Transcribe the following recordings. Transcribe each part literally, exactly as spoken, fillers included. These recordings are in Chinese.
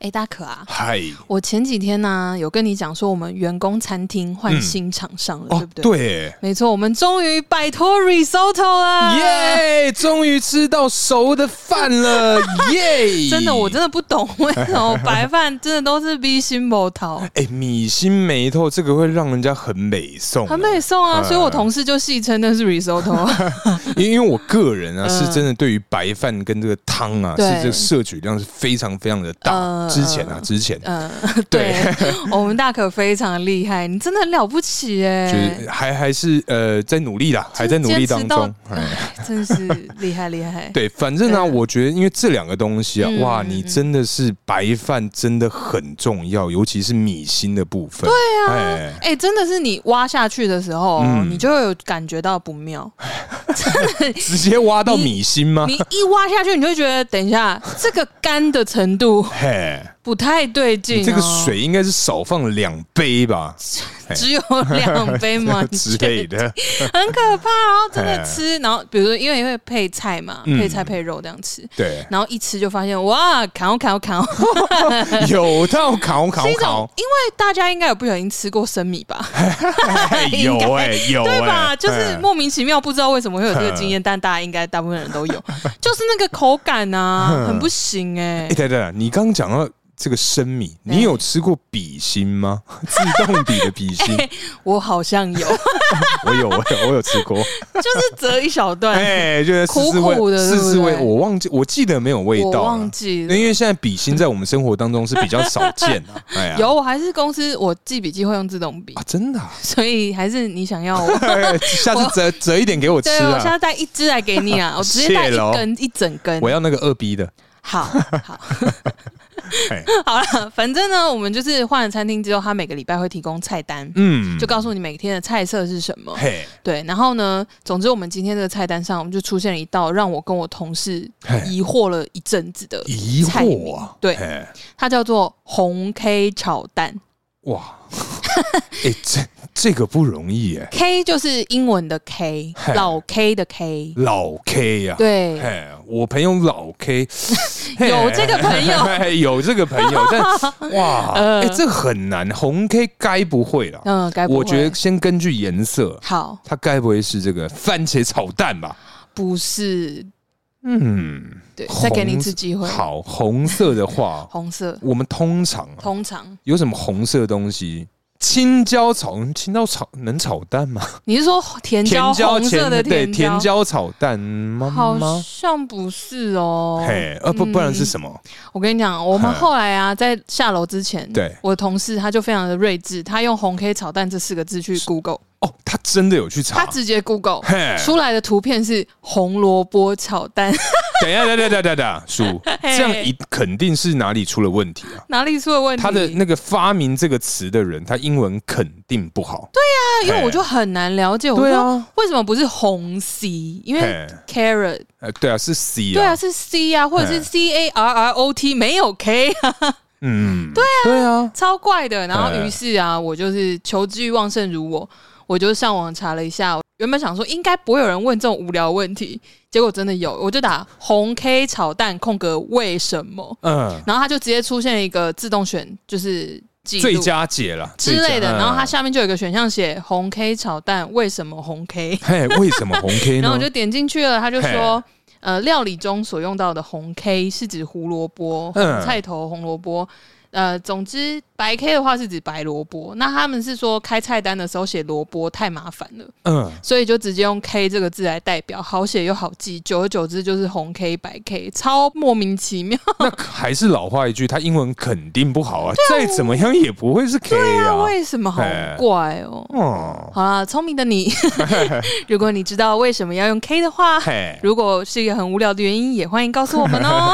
哎，大可啊， 嗨， 我前几天呢、啊、有跟你讲说，我们员工餐厅换新厂商了， 嗯、 对不对？ 哦、对， 没错，我们终于摆脱 risotto 了， 耶！终于吃到熟的饭了，耶！ 真的，我真的不懂为什么白饭真的都是米心没透。 哎、欸，米心没透，这个会让人家很美送， 很美送啊！嗯、所以我同事就戏称那是 risotto， 因为我个人啊、嗯、是真的对于白饭跟这个汤啊，是这个摄取量是非常非常的大。呃、之前啊，之前， 嗯、呃，对，我们大可非常厉害，你真的很了不起哎、欸， 就是还还是呃在努力啦，还在努力当中， 哎，真是厉害厉害。 对，反正呢、啊，我觉得因为这两个东西啊，嗯、哇，你真的是白饭真的很重要，尤其是米心的部分。 对啊，哎、欸，真的是你挖下去的时候，嗯、你就会有感觉到不妙，真的直接挖到米心吗？ 你, 你一挖下去，你就会觉得，等一下，这个干的程度。不太对劲、哦， 这个水应该是少放了两杯吧？ 只有两杯吗？ 之类的， 很可怕。然后真的吃，然后比如说因为会配菜嘛，嗯、配菜配肉这样吃， 对。 然后一吃就发现，哇，烤烤烤， 有到烤烤烤。 因为大家应该有不小心吃过生米吧？ 有哎、欸，有、欸、 对吧？就是莫名其妙，不知道为什么会有这个经验，但大家应该大部分人都有，就是那个口感啊，很不行哎、欸。 哎、欸，对对，你刚刚讲到。这个生米，你有吃过笔芯吗？自动笔的笔芯、欸， 我好像有， 我有，我有，我有吃过， 就是折一小段， 哎、欸，就是苦苦的， 试试味，我忘记，我记得没有味道， 我忘记了， 因为现在笔芯在我们生活当中是比较少见啊。哎呀， 有，我还是公司我记笔记会用自动笔啊，真的、啊， 所以还是你想要我， 下次折折一点给我吃啊， 对，我下次带一支来给你啊，我直接带一根一整根， 我要那个二 B 的， 好好。好了，反正呢，我们就是换了餐厅之后，他每个礼拜会提供菜单，嗯，就告诉你每天的菜色是什么。对，然后呢，总之我们今天这个菜单上，我们就出现了一道让我跟我同事疑惑了一阵子的菜名，疑惑啊，对，它叫做红 K 炒蛋。哇， 哎、欸，这这个不容易哎。 K 就是英文的 K， 老 K 的 K， 老 K 呀、啊。 对， 我朋友老 K， 有这个朋友， 有这个朋友，但哇，哎、呃欸，这很难。红 K 该不会啦？ 嗯，该不会。 我觉得先根据颜色， 好， 它该不会是这个番茄炒蛋吧？ 不是。 嗯， 对，再给你一次机会。 好，红色的话， 红色， 我们通常、啊、 通常有什么红色的东西？青椒炒，青椒炒能炒蛋吗？ 你是说甜椒红色的甜椒？ 对，甜椒炒蛋吗？ 好像不是哦。 嘿，呃、啊、不，不然是什么？嗯、 我跟你讲，我们后来啊，在下楼之前， 对， 我的同事他就非常的睿智，他用红 K 炒蛋这四个字去 Google。 哦，他真的有去查， 他直接 Google 出来的图片是红萝卜炒蛋。 等一下，等一下，等一下，等一下，叔，这样一肯定是哪里出了问题啊？ 哪里出了问题？ 他的那个发明这个词的人，他英文肯定不好。 对呀、啊，因为我就很难了解，我说为什么不是红 C？ 因为 carrot， 呃，对啊，是 C 啊， 对啊，是 C 啊，或者是 C A R R O T， 没有 K 啊。 嗯， 对啊， 对啊， 超怪的。然后于是啊，我就是求知欲旺盛如我。我就上网查了一下，原本想说应该不会有人问这种无聊问题，结果真的有，我就打红 K 炒蛋空格为什么，嗯，然后他就直接出现了一个自动选，就是最佳解了之类的，然后它下面就有一个选项写红 K 炒蛋为什么红 K， 嘿，为什么红 K 呢？ 然后我就点进去了，他就说，呃，料理中所用到的红 K 是指胡萝卜、红菜头、红萝卜。呃，总之白 K 的话是指白萝卜，那他们是说开菜单的时候写萝卜太麻烦了，嗯，所以就直接用 K 这个字来代表，好写又好记，久而久之就是红 K 白 K， 超莫名其妙。 那还是老话一句，他英文肯定不好啊，再怎么样也不会是 K 啊。 对啊，为什么？好怪哦。哦，好啦，聪明的你，如果你知道为什么要用 K 的话，如果是一个很无聊的原因，也欢迎告诉我们哦。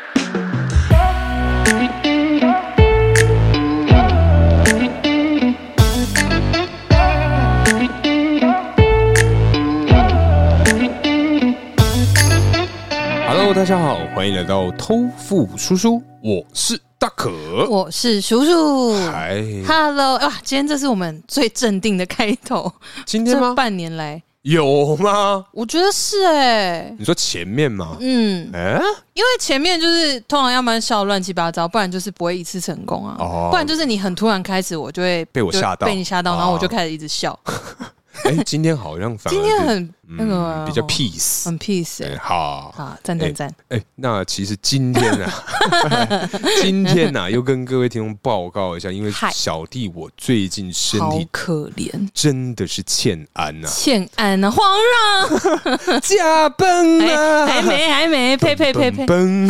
Hello， 大家好，欢迎来到偷富叔叔，我是大可， 我是叔叔。 嗨 ，Hello， 哇，今天这是我们最镇定的开头。 今天吗？ 这半年来有吗？ 我觉得是哎、欸。 你说前面吗？ 嗯，哎、欸，因为前面就是通常要不然笑乱七八糟，不然就是不会一次成功啊。哦，不然就是你很突然开始，我就会被我吓到， 被你吓到，然后我就开始一直笑。 哎、欸，今天好像反而今天很那个、 嗯、比较 peace， 很 peace， 哎、欸， 好， 好，赞赞赞。 哎、欸，那其实今天啊，今天啊，又跟各位听众报告一下，因为小弟我最近身体好可怜， 真的是欠安啊， 欠安啊，皇上驾崩啊， 还没还没，呸呸呸呸， 崩，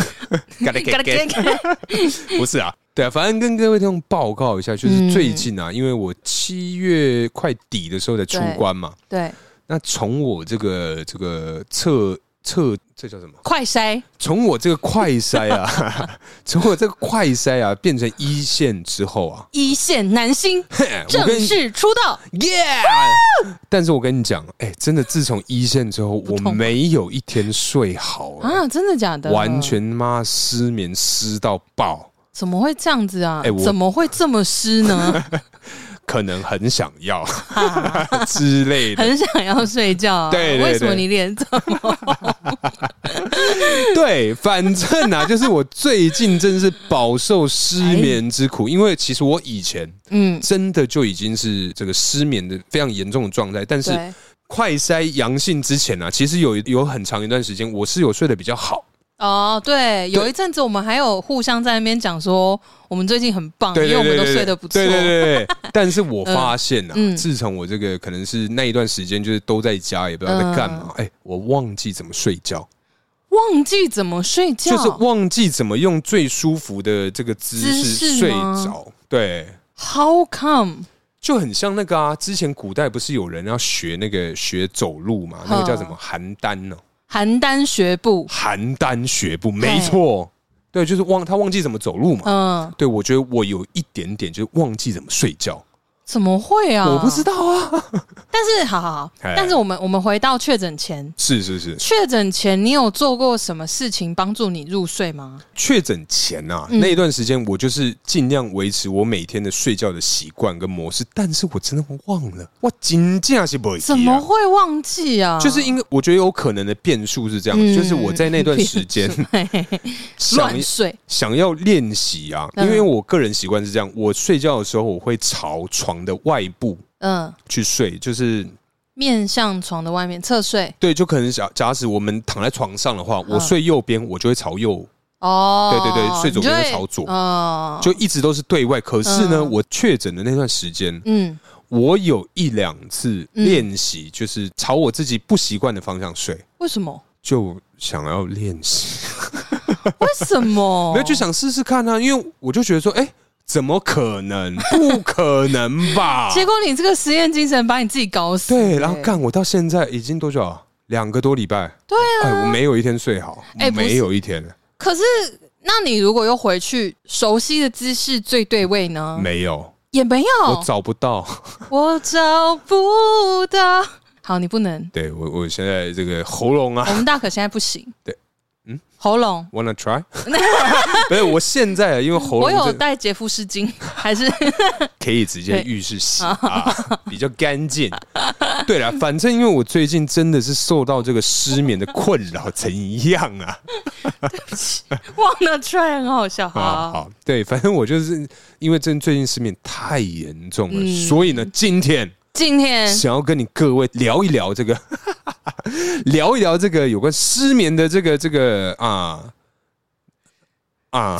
不是啊。对啊，反正跟各位听众报告一下，就是最近啊，嗯、因为我七月快底的时候才出关嘛， 对，对那从我这个这个测测这叫什么快筛， 从我这个快筛啊，从我这个快筛啊变成一线之后啊， 一线男星正式出道， 耶！但是我跟你讲，哎、欸，真的，自从一线之后，我没有一天睡好、欸、 啊，真的假的？ 完全妈失眠失到爆。 怎么会这样子啊？欸、怎么会这么湿呢？ 可能很想要之类的， 很想要睡觉、啊。 对, 对, 对， 为什么你脸这么红？ 对，反正啊，就是我最近真是饱受失眠之苦，因为其实我以前嗯真的就已经是这个失眠的非常严重的状态，但是快筛阳性之前啊，其实有有很长一段时间我是有睡得比较好。 哦，对，有一阵子我们还有互相在那边讲说，我们最近很棒，对对对对，因为我们都睡得不错。 对对对对。但是我发现啊，嗯、自从我这个可能是那一段时间就是都在家，也不知道在干嘛，哎、嗯欸，我忘记怎么睡觉。 忘记怎么睡觉， 就是忘记怎么用最舒服的这个姿势睡着。对 ，How come？ 就很像那个啊，之前古代不是有人要学那个学走路嘛？那个叫什么邯郸呢？ 邯郸学步， 邯郸学步，没错，对，就是忘他忘记怎么走路嘛。嗯，对，我觉得我有一点点就是忘记怎么睡觉。 怎么会啊？ 我不知道啊。 但是，好好好，但是我们我们回到确诊前， 是是是， 确诊前你有做过什么事情帮助你入睡吗？ 确诊前啊，嗯、那一段时间我就是尽量维持我每天的睡觉的习惯跟模式，但是我真的忘了，我真的是不会记啊。 怎么会忘记啊？ 就是因为我觉得有可能的变数是这样，嗯、就是我在那段时间乱睡， 想要练习啊，因为我个人习惯是这样，我睡觉的时候我会朝床的外部，嗯，去睡，就是面向床的外面侧睡。 对，就可能假假使我们躺在床上的话，我睡右边，我就会朝右。哦，对对对，睡左边会朝左。哦，就一直都是对外。可是呢，嗯、我确诊的那段时间，嗯，我有一两次练习，就是朝我自己不习惯的方向睡。 为什么？ 就想要练习。 为什么？ 没有，就想试试看啊，因为我就觉得说，哎、欸。怎么可能？不可能吧！ 结果你这个实验精神把你自己搞死。 对，然后干，我到现在已经多久啊？两个多礼拜。 对啊， 哎，我没有一天睡好，哎，没有一天。 可是，那你如果又回去熟悉的姿势最对位呢？ 没有， 也没有， 我找不到， 我找不到。好，你不能。 对我，我现在这个喉咙啊， 我们大可现在不行。 对。嗯， 喉咙 ，wanna try？ 不是，我现在因为喉咙， 我有带洁肤湿巾，还是可以直接浴室洗啊，比较干净。对了，反正因为我最近真的是受到这个失眠的困扰，怎样啊？ 对不起，wanna try 很好笑。好，好， 好，对，反正我就是因为真最近失眠太严重了，嗯、所以呢，今天。 今天想要跟你各位聊一聊这个，聊一聊这个有关失眠的这个这个啊啊，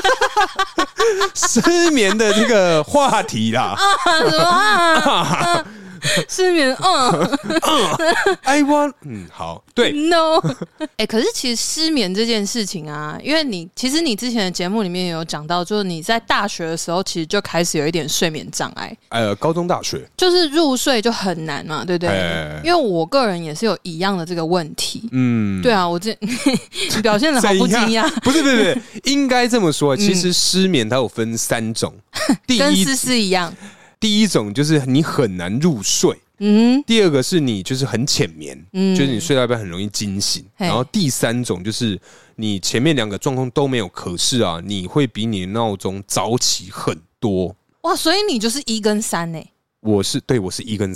失眠的这个话题啦。 啊什么啊？啊失眠，嗯嗯 ，I want， 嗯，好，对 ，No， 哎、欸，可是其实失眠这件事情啊，因为你其实你之前的节目里面有讲到，就是你在大学的时候其实就开始有一点睡眠障碍， 呃，高中大学就是入睡就很难嘛，对不对？欸、因为我个人也是有一样的这个问题，嗯，对啊，我这你表现得好不惊讶， 不是不是不是，应该这么说，其实失眠它有分三种， 第一跟思思一样。 第一种就是你很难入睡，嗯，第二个是你就是很浅眠，嗯，就是你睡到一半很容易惊醒，然后第三种就是你前面两个状况都没有，可是啊，你会比你的闹钟早起很多。 哇，所以你就是一跟三呢？ 我是对，我是一跟三。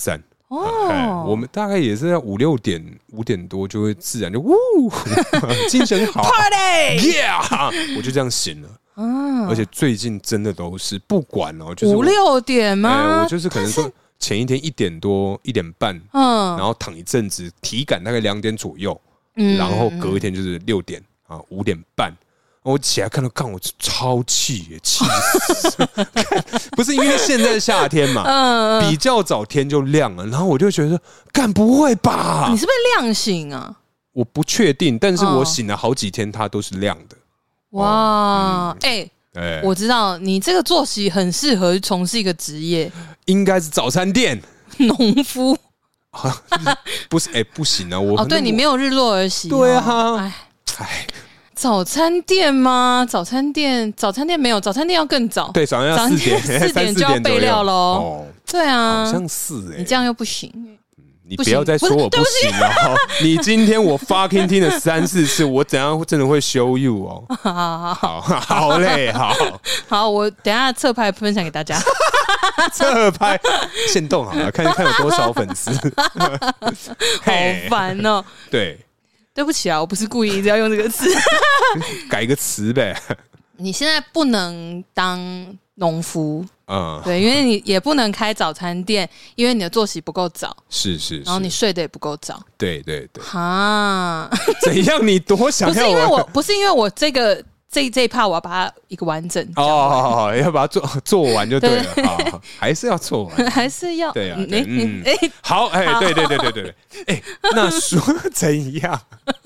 哦，我们大概也是在五六点五点多就会自然就呜，精神好 ，Party， yeah， 我就这样醒了。嗯，而且最近真的都是不管哦，就是五六点吗？ 哎，我就是可能说前一天一点多一点半，嗯，然后躺一阵子，体感大概两点左右，嗯，然后隔一天就是六点啊五点半。我起来看到，干我超气耶，气死！不是因为现在夏天嘛，嗯，比较早天就亮了，然后我就觉得，干不会吧？ 你是被亮醒啊？ 我不确定，但是我醒了好几天，它都是亮的。 哇，哎，哎，我知道你这个作息很适合从事一个职业， 应该是早餐店农夫。 不是，哎，不行啊，我哦，对你没有日落而息， 对啊，哎，哎。 早餐店吗？早餐店，早餐店没有，早餐店要更早。 对，早上要四点， 四点就要备料喽。哦，对啊， 好像是哎、欸， 你这样又不行。 你不要再说我不行了、哦。你今天我 fucking 听了三四次，我怎样真的会 show you 哦。 好好好， 好好嘞，好好，我等一下侧拍分享给大家。 侧拍限动好了，看看有多少粉丝。 好烦哦。 对。 对不起啊，我不是故意一直要用这个词， 改个词呗。 你现在不能当农夫，嗯，对，因为你也不能开早餐店，因为你的作息不够早， 是 是, 是， 然后你睡得也不够早， 对对对， 哈， 怎样？你多想要？ 不是因为我，不是因为我这个。这这一 part 我要把它一个完整哦，好好，要把它做做完就对了，对好，还是要做完， 还是要对啊，对嗯，哎、欸，好，哎、欸，对对对对对对，哎、欸，那说怎样？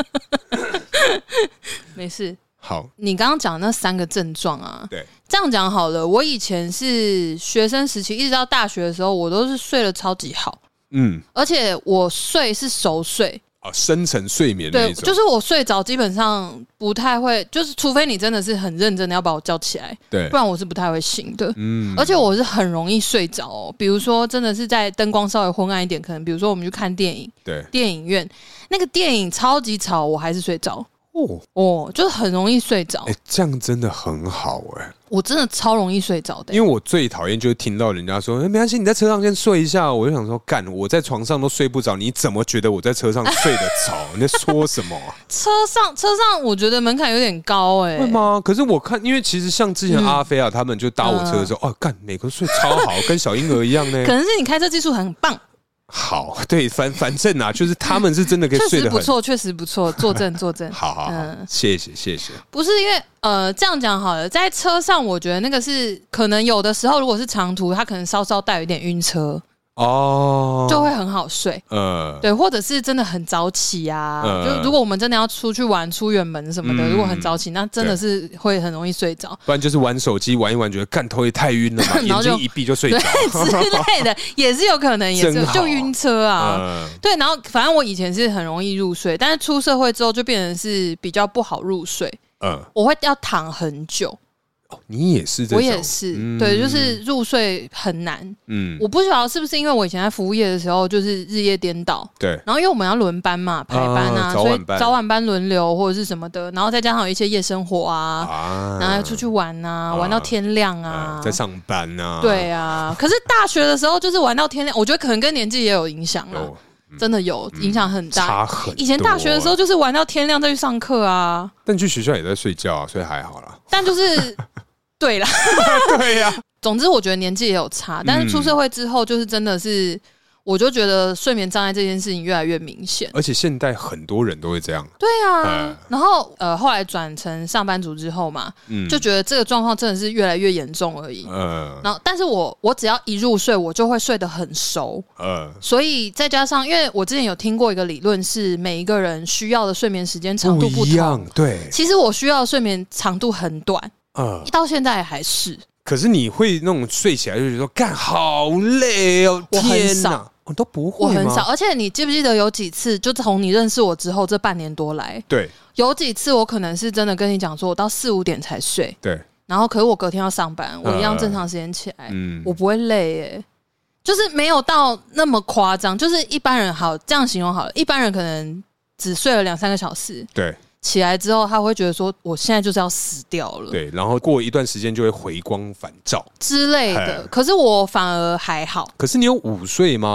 没事， 好， 你刚刚讲那三个症状啊， 对， 这样讲好了。我以前是学生时期，一直到大学的时候，我都是睡得超级好，嗯，而且我睡是熟睡。 哦，深层睡眠那种， 对，就是我睡着基本上不太会，就是除非你真的是很认真的要把我叫起来， 对， 不然我是不太会醒的。嗯，而且我是很容易睡着哦。比如说，真的是在灯光稍微昏暗一点，可能比如说我们去看电影， 对， 电影院那个电影超级吵，我还是睡着。哦哦，就是很容易睡着。 哎、欸，这样真的很好哎、欸。 我真的超容易睡着的、欸， 因为我最讨厌就是听到人家说，哎、欸，没关系，你在车上先睡一下。我就想说，干，我在床上都睡不着，你怎么觉得我在车上睡得着？你在说什么、啊？ 车上车上，我觉得门槛有点高哎、欸。 会吗？可是我看，因为其实像之前阿飞啊，嗯、他们就搭我车的时候，哦、嗯，干、啊，每个睡超好，跟小婴儿一样呢。 可能是你开车技术很棒。 好，对，反反正啊，就是他们是真的可以睡得很确实不错，确实不错，作证作证。 好好好、嗯，谢谢谢谢。 不是因为呃这样讲好了，在车上我觉得那个是可能有的时候，如果是长途，它可能稍稍带有一点晕车。哦，就会很好睡，呃，对，或者是真的很早起啊，呃、就如果我们真的要出去玩、出远门什么的，嗯、如果很早起，那真的是会很容易睡着。 不然就是玩手机玩一玩，觉得干头也太晕了嘛，眼睛一闭就睡着之类的，也是有可能，也是就晕车啊。呃、对，然后反正我以前是很容易入睡，但是出社会之后就变成是比较不好入睡，嗯、呃，我会要躺很久。 你也是这种， 我也是，嗯、对，就是入睡很难。嗯，我不晓得是不是因为我以前在服务业的时候就是日夜颠倒， 对。 然后因为我们要轮班嘛，排班啊，啊所以早晚班轮流或者是什么的，然后再加上有一些夜生活啊，啊然后要出去玩啊，啊玩到天亮啊， 啊在上班啊， 对啊。可是大学的时候就是玩到天亮，我觉得可能跟年纪也有影响了。哦真的有影响很大， 差很多。 以前大学的时候就是玩到天亮再去上课啊， 但去学校也在睡觉啊，所以还好啦。 但就是对啦， 对呀、啊。 总之我觉得年纪也有差，但是出社会之后就是真的是。我就觉得睡眠障碍这件事情越来越明显， 而且现在很多人都会这样。 对啊，嗯、然后呃，后来转成上班族之后嘛，嗯、就觉得这个状况真的是越来越严重而已。嗯，然后但是我我只要一入睡，我就会睡得很熟。嗯，所以再加上，因为我之前有听过一个理论，是每一个人需要的睡眠时间长度不同。不一样， 对。 其实我需要的睡眠长度很短，嗯，到现在还是。 可是你会那种睡起来就觉得说，干好累哦，天哪！我都不会， 我很少，而且你记不记得有几次，就从你认识我之后这半年多来， 对， 有几次我可能是真的跟你讲说，我到四五点才睡， 对， 然后可是我隔天要上班，我一样正常时间起来，嗯，我不会累耶，就是没有到那么夸张，就是一般人好这样形容好了，一般人可能只睡了两三个小时， 对。 起来之后，他会觉得说：“我现在就是要死掉了。” 对，然后过一段时间就会回光返照之类的。可是我反而还好。 可是你有午睡吗？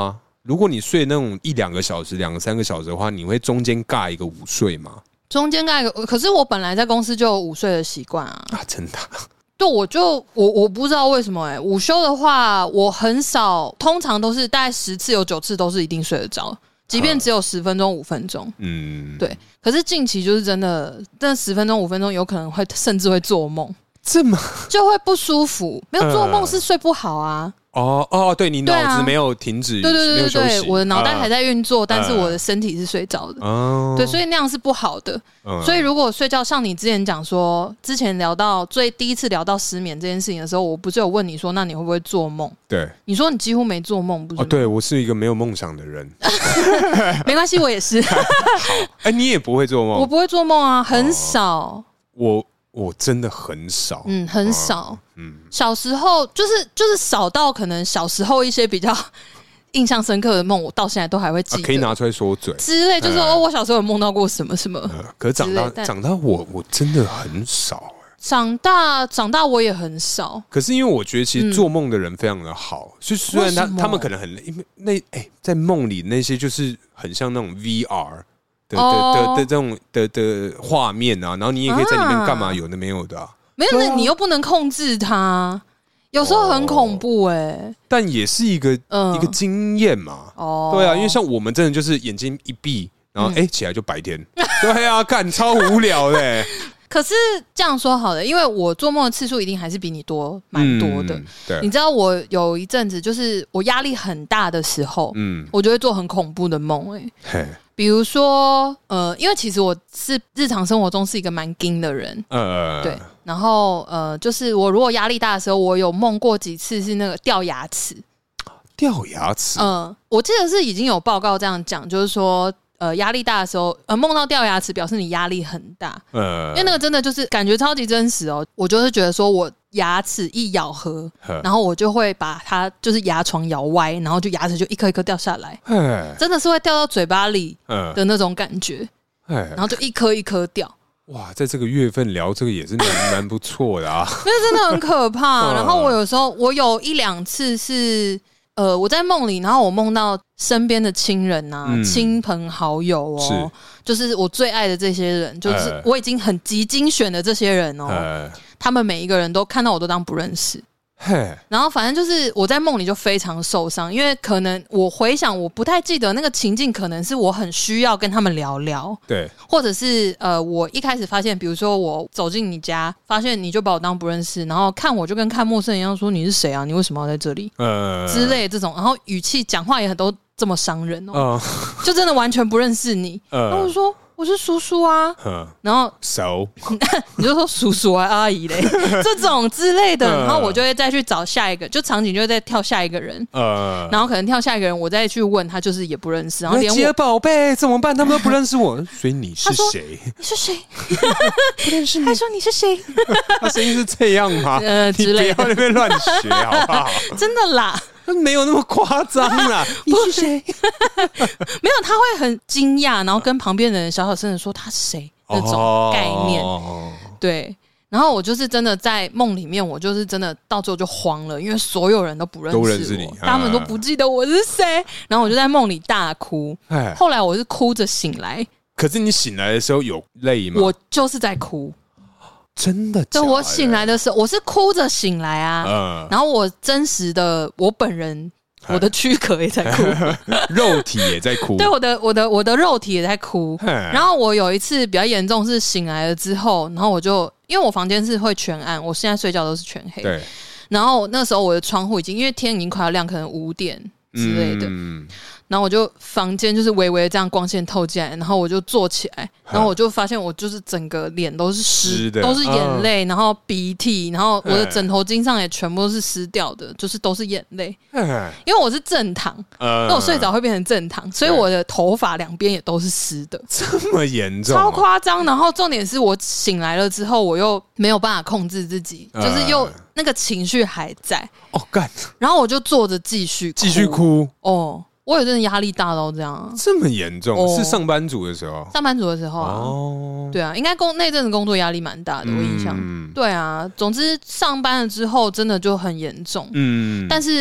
如果你睡那种一两个小时、两个三个小时的话，你会中间尬一个午睡吗？ 中间尬一个，可是我本来在公司就有午睡的习惯啊。 啊，真的。 对，我就我我不知道为什么哎、欸，午休的话，我很少，通常都是大概十次有九次都是一定睡得着，即便只有十分钟、五分钟。嗯，对。可是近期就是真的，那十分钟、五分钟有可能会甚至会做梦， 这么就会不舒服。没有做梦是睡不好啊。 哦哦，对你脑子没有停止， 对对对对对， 我的脑袋还在运作，但是我的身体是睡着的。哦，对，所以那样是不好的。所以如果睡觉，像你之前讲说，之前聊到最第一次聊到失眠这件事情的时候，我不是有问你说，那你会不会做梦？ 对， 你说你几乎没做梦，不是？ 哦，对我是一个没有梦想的人。 没关系，我也是。 好，哎，你也不会做梦？ 我不会做梦啊，很少。 我。我真的很少， 嗯，很少，嗯，小时候就是就是少到可能小时候一些比较印象深刻的梦，我到现在都还会记得， 啊、可以拿出来说嘴之类，就是说、嗯、哦，我小时候有梦到过什么什么，呃、 可是长大长大我我真的很少、欸， 长大长大我也很少。 可是因为我觉得其实做梦的人非常的好，就、嗯、虽然他他们可能很累，因为那哎、欸、在梦里那些就是很像那种 V R。的的的的这种的的画面啊，然后你也可以在里面干嘛？有的没有的、啊， 没有，那、啊、你又不能控制它，有时候很恐怖哎、欸哦。 但也是一个、嗯、一个经验嘛。哦，对啊，因为像我们真的就是眼睛一闭，然后哎、嗯欸、起来就白天。对啊，干超无聊的、欸。 可是这样说好了，因为我做梦的次数一定还是比你多蛮多的、嗯。对，你知道我有一阵子就是我压力很大的时候，嗯，我就会做很恐怖的梦、欸，哎。比如说，呃，因为其实我是日常生活中是一个蛮硬的人，呃，对，然后呃，就是我如果压力大的时候，我有梦过几次是那个掉牙齿， 掉牙齿， 嗯、呃，我记得是已经有报告这样讲，就是说，呃，压力大的时候，呃，梦到掉牙齿表示你压力很大，呃，因为那个真的就是感觉超级真实哦，我就是觉得说我牙齿一咬合，然后我就会把它就是牙床咬歪，然后就牙齿就一颗一颗掉下来，真的是会掉到嘴巴里的那种感觉，然后就一颗一颗掉。 哇，在这个月份聊这个也是蛮蛮不错的啊， 那真的很可怕。然后我有时候我有一两次是呃我在梦里，然后我梦到身边的亲人啊、嗯、亲朋好友哦，是就是我最爱的这些人，就是我已经很极精选的这些人哦。呃他们每一个人都看到我都当不认识，然后反正就是我在梦里就非常受伤，因为可能我回想我不太记得那个情境，可能是我很需要跟他们聊聊，对，或者是呃我一开始发现，比如说我走进你家，发现你就把我当不认识，然后看我就跟看陌生人一样，说你是谁啊？你为什么要在这里？呃之类的这种，然后语气讲话也很都这么伤人哦，呃、就真的完全不认识你，呃、然后我就说。我是叔叔啊，然后熟， 你就说叔叔啊阿姨嘞，这种之类的，然后我就会再去找下一个，就场景就会再跳下一个人，呃，然后可能跳下一个人，我再去问他，就是也不认识，然后连我宝贝怎么办？他们都不认识我，所以你是谁？ 你是谁？不认识你，还说你是谁？ 他声音是这样吗？呃，之类的，你不要那边乱学好不好？ 真的啦。 没有那么夸张啦， 你是谁？没有，他会很惊讶，然后跟旁边的人小小声的说他是谁那种概念。哦、对，然后我就是真的在梦里面，我就是真的到最后就慌了，因为所有人都不认识我， 都认识你， 他们都不记得我是谁。然后我就在梦里大哭，后来我是哭着醒来。 可是你醒来的时候有泪吗？ 我就是在哭。 真的假的？ 就我醒来的时候，我是哭着醒来啊，嗯、然后我真实的我本人，我的躯壳也在哭， 肉体也在哭， 对，我的我的我的肉体也在哭。然后我有一次比较严重，是醒来了之后，然后我就因为我房间是会全暗，我现在睡觉都是全黑，对。然后那时候我的窗户已经因为天已经快要亮，可能五点之类的。嗯然后我就房间就是微微的这样光线透进来，然后我就坐起来，然后我就发现我就是整个脸都是湿的，都是眼泪，然后鼻涕，然后我的枕头巾上也全部都是湿掉的，就是都是眼泪。因为我是正躺，那我睡着会变成正躺，所以我的头发两边也都是湿的， 这么严重， 超夸张。然后重点是我醒来了之后，我又没有办法控制自己，就是又那个情绪还在。 哦干！ 然后我就坐着继续继续哭哦。我有真的压力大到这样、啊， 这么严重、哦？是上班族的时候？ 上班族的时候啊，哦、对啊，应该工那阵子工作压力蛮大的，嗯、我印象。对啊，总之上班了之后真的就很严重。嗯，但是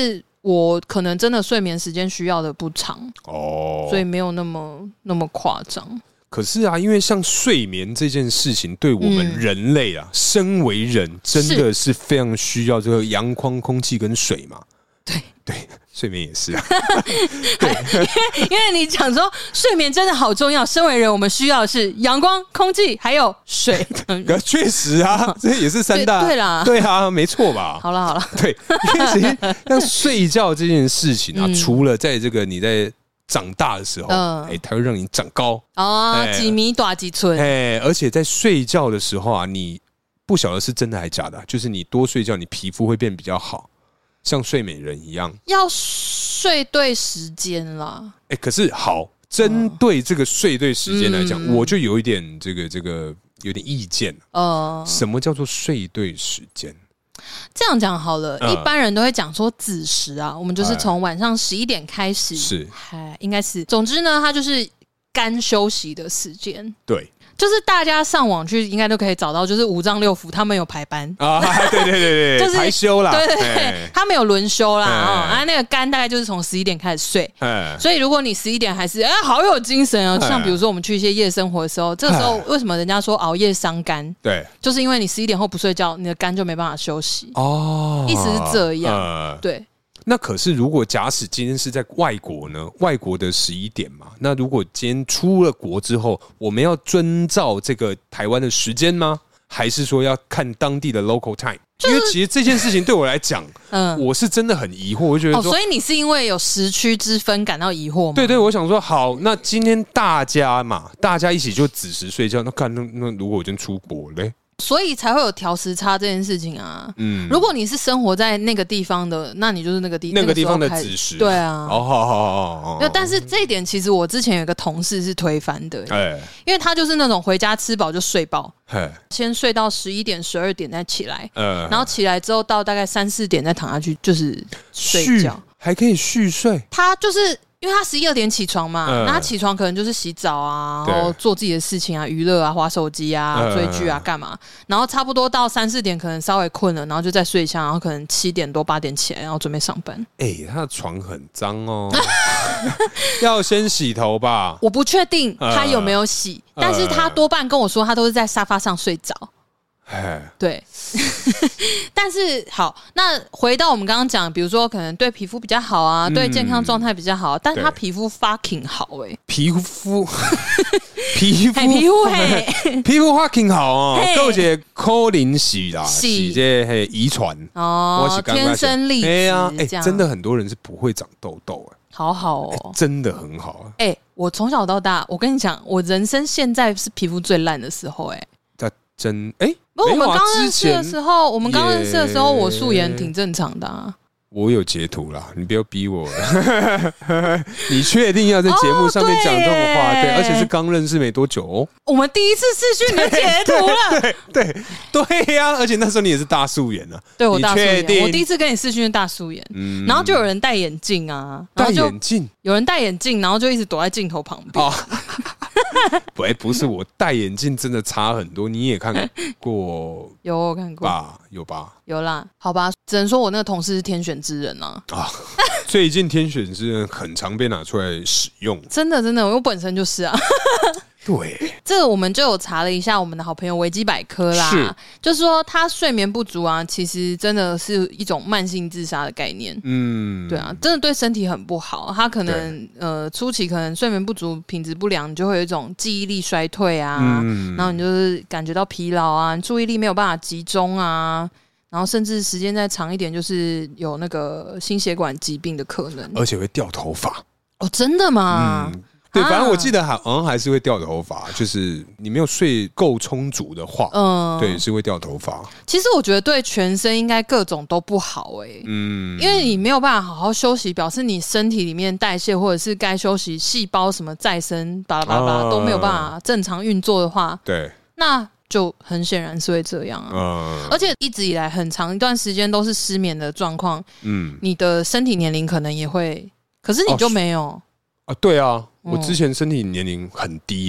我可能真的睡眠时间需要的不长哦，所以没有那么那么夸张。 可是啊，因为像睡眠这件事情，对我们人类啊，嗯、身为人真的是非常需要这个阳光、空气跟水嘛。 对对，睡眠也是啊。 因为因为你讲说睡眠真的好重要，身为人我们需要的是阳光、空气还有水。 确实啊，这也是三大。 对, 对啦， 对啊，没错吧？ 好了好了， 对，因为其实像睡觉这件事情啊，嗯、除了在这个你在长大的时候，嗯、欸，它会让你长高哦，欸、几米大几寸， 哎，而且在睡觉的时候啊，你不晓得是真的还假的，就是你多睡觉，你皮肤会变比较好。像睡美人一样，要睡对时间啦。 哎、欸，可是好，针对这个睡对时间来讲，嗯、我就有一点这个这个有点意见。哦、呃，什么叫做睡对时间？ 这样讲好了，嗯、一般人都会讲说子时啊，我们就是从晚上十一点开始， 是， 哎，应该是。总之呢，它就是干休息的时间。 对。 就是大家上网去应该都可以找到，就是五脏六腑他们有排班啊，对对对对，就是排休啦， 对对对，他们有轮休啦啊、哦，那个肝大概就是从十一点开始睡，所以如果你十一点还是哎好有精神哦，像比如说我们去一些夜生活的时候，这个时候为什么人家说熬夜伤肝？对，就是因为你十一点后不睡觉，你的肝就没办法休息哦，意思是这样，呃、对。 那可是，如果假使今天是在外国呢？外国的十一点嘛，那如果今天出了国之后，我们要遵照这个台湾的时间吗？还是说要看当地的 local time？、就是、因为其实这件事情对我来讲，嗯，我是真的很疑惑，我就觉得说、 哦，所以你是因为有时区之分感到疑惑吗？ 对对，我想说，好，那今天大家嘛，大家一起就子时睡觉，那看那那如果我今天出国嘞？ 所以才会有调时差这件事情啊。嗯，如果你是生活在那个地方的，那你就是那个地那个地方的子时。 对啊。 哦，好好好好。 那但是这一点，其实我之前有一个同事是推翻的，哎，因为他就是那种回家吃饱就睡饱，先睡到十一点、十二点再起来，呃，然后起来之后到大概三四点再躺下去，就是睡觉， 还可以续睡。 他就是。因为他十一二点起床嘛，嗯、那他起床可能就是洗澡啊，然后做自己的事情啊，娱乐啊，滑手机啊，嗯、追剧啊，干嘛？然后差不多到三四点，可能稍微困了，然后就再睡一下，然后可能七点多八点起来，然后准备上班。 哎、欸，他的床很脏哦，要先洗头吧？ 我不确定他有没有洗，嗯、但是他多半跟我说，他都是在沙发上睡着。对，但是好，那回到我们刚刚讲，比如说可能对皮肤比较好啊，嗯、对健康状态比较好，但是他皮肤 fucking 好哎、欸， 皮肤皮肤皮肤嘿， 皮肤 fucking 好哦，够些可能是啦，是这嘿遗传哦，天生丽质，哎呀，哎， 真的很多人是不会长痘痘哎， 好好哦， 欸、真的很好哎、欸，我从小到大，我跟你讲，我人生现在是皮肤最烂的时候哎、 欸，真哎。欸不，我们刚认识的时候，我们刚认识的时候，我素颜挺正常的啊。 我有截图啦，你不要逼我了。你确定要在节目上面讲这种话？哦、对，而且是刚认识没多久哦。 我们第一次视讯你的截图了， 对对对对呀、啊！而且那时候你也是大素颜啊。 对，我大素颜，我第一次跟你视讯是大素颜，嗯、然后就有人戴眼镜啊， 戴眼镜， 有人戴眼镜，然后就一直躲在镜头旁边。哦不，欸、不是我戴眼镜真的差很多，你也看过？ 有我看过吧？有吧？ 有啦，好吧，只能说我那个同事是天选之人啊。啊， 最近天选之人很常被拿出来使用， 真的真的，我本身就是啊。 对， 这个我们就有查了一下我们的好朋友维基百科啦，是，就是说他睡眠不足啊，其实真的是一种慢性自杀的概念。嗯，对啊，真的对身体很不好。他可能呃初期可能睡眠不足、品质不良，你就会有一种记忆力衰退啊，嗯、然后你就是感觉到疲劳啊，你注意力没有办法集中啊。然后甚至时间再长一点，就是有那个心血管疾病的可能， 而且会掉头发。 哦，真的吗？ 嗯，对，反正我记得好像还是会掉头发，就是你没有睡够充足的话，嗯，对，是会掉头发。 其实我觉得对全身应该各种都不好哎、欸，嗯，因为你没有办法好好休息，表示你身体里面代谢或者是该休息细胞什么再生巴拉巴拉都没有办法正常运作的话， 对， 那就很显然是会这样啊，嗯、而且一直以来很长一段时间都是失眠的状况，嗯，你的身体年龄可能也会，可是你就没有。 哦啊，对啊，我之前身体年龄很低耶、欸。